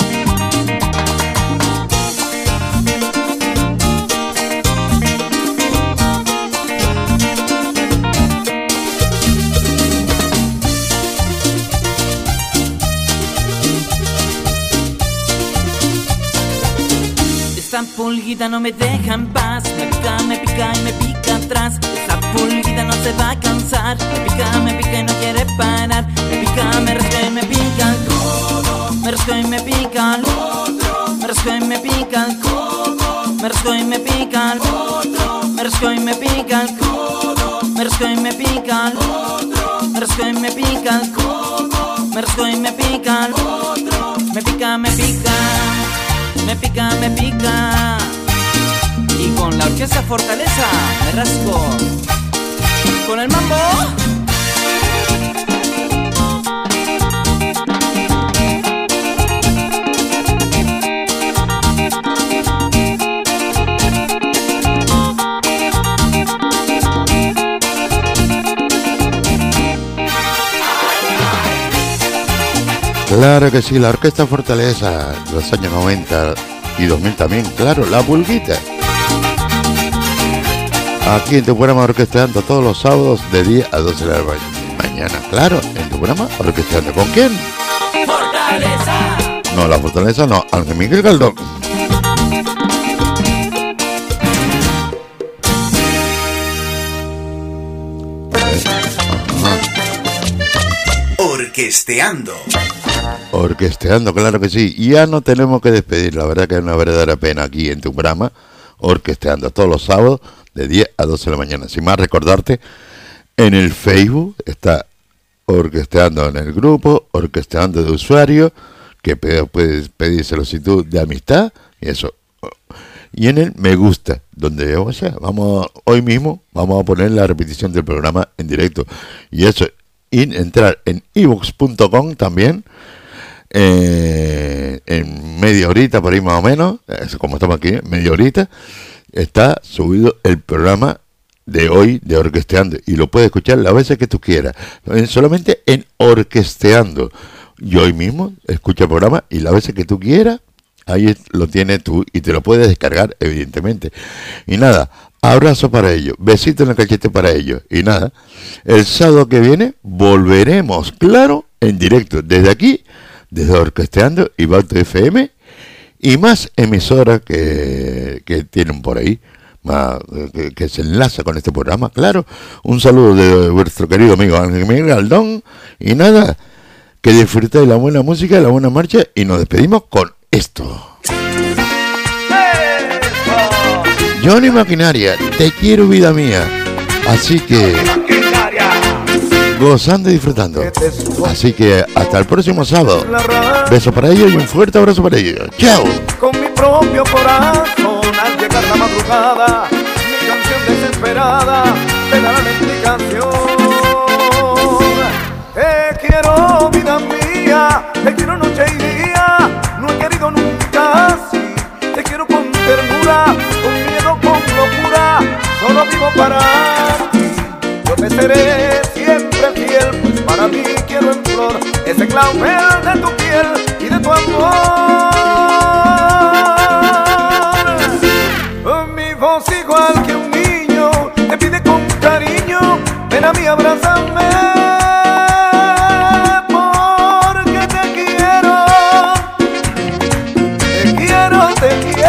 Esta pulguita no me deja en paz. Me pica, me pica y me pica atrás. Esta pulguita no se va a cansar. Me pica, me pica y no quiere parar. Me pica, me rasca y me pica el codo. Me rasca y me pica el otro. Me rasca y me pica el codo. Me rasca y me pica el otro. Me rasca y me pica el codo. Me rasca y me pica el otro. Me rasca y me pica el codo. Me rasca y me pica el otro. Me pica, me pica. Me pica, me pica. Y con la orquesta Fortaleza me rasco. Con el mambo. Claro que sí, la Orquesta Fortaleza de los años noventa y dos mil también, claro, la pulguita. Aquí en tu programa Orquesteando todos los sábados de diez a doce de la mañana, claro, en tu programa Orquesteando. ¿Con quién? Fortaleza. No, la Fortaleza no, Ángel Miguel Galdón. Orquesteando. Orquesteando, claro que sí. Ya no tenemos que despedir, la verdad que es una verdadera pena aquí en tu programa Orquesteando todos los sábados de diez a doce de la mañana. Sin más, recordarte, en el Facebook está Orquesteando en el grupo, Orquesteando de usuario, que puedes pedir solicitud de amistad y eso. Y en el me gusta, donde o sea, vamos hoy mismo vamos a poner la repetición del programa en directo. Y eso, y entrar en i vox punto com también. Eh, en media horita, por ahí más o menos, como estamos aquí, media horita, está subido el programa de hoy de Orquesteando y lo puedes escuchar las veces que tú quieras, solamente en Orquesteando. Y hoy mismo escucha el programa y las veces que tú quieras, ahí lo tienes tú y te lo puedes descargar, evidentemente. Y nada, abrazo para ellos, besito en el cachete para ellos. Y nada, el sábado que viene volveremos, claro, en directo, desde aquí, desde Orquesteando y Bauto F M y más emisoras que, que tienen por ahí, más, que, que se enlaza con este programa, claro. Un saludo de vuestro querido amigo Ángel Miguel Galdón y nada, que disfrutéis la buena música, la buena marcha y nos despedimos con esto. Johnny Maquinaria, te quiero vida mía, así que gozando y disfrutando. Así que hasta el próximo sábado. Beso para ellos y un fuerte abrazo para ellos. ¡Chao! Con mi propio corazón al llegar la madrugada, mi canción desesperada te dará la explicación. Te quiero vida mía, te quiero noche y día, no he querido nunca así. Te quiero con ternura, con miedo, con locura, solo vivo para ti. Yo te seré siempre fiel, pues para mí quiero en flor ese clavel de tu piel y de tu amor. Mi voz igual que un niño te pide con cariño, ven a mí, abrázame, porque te quiero. te quiero.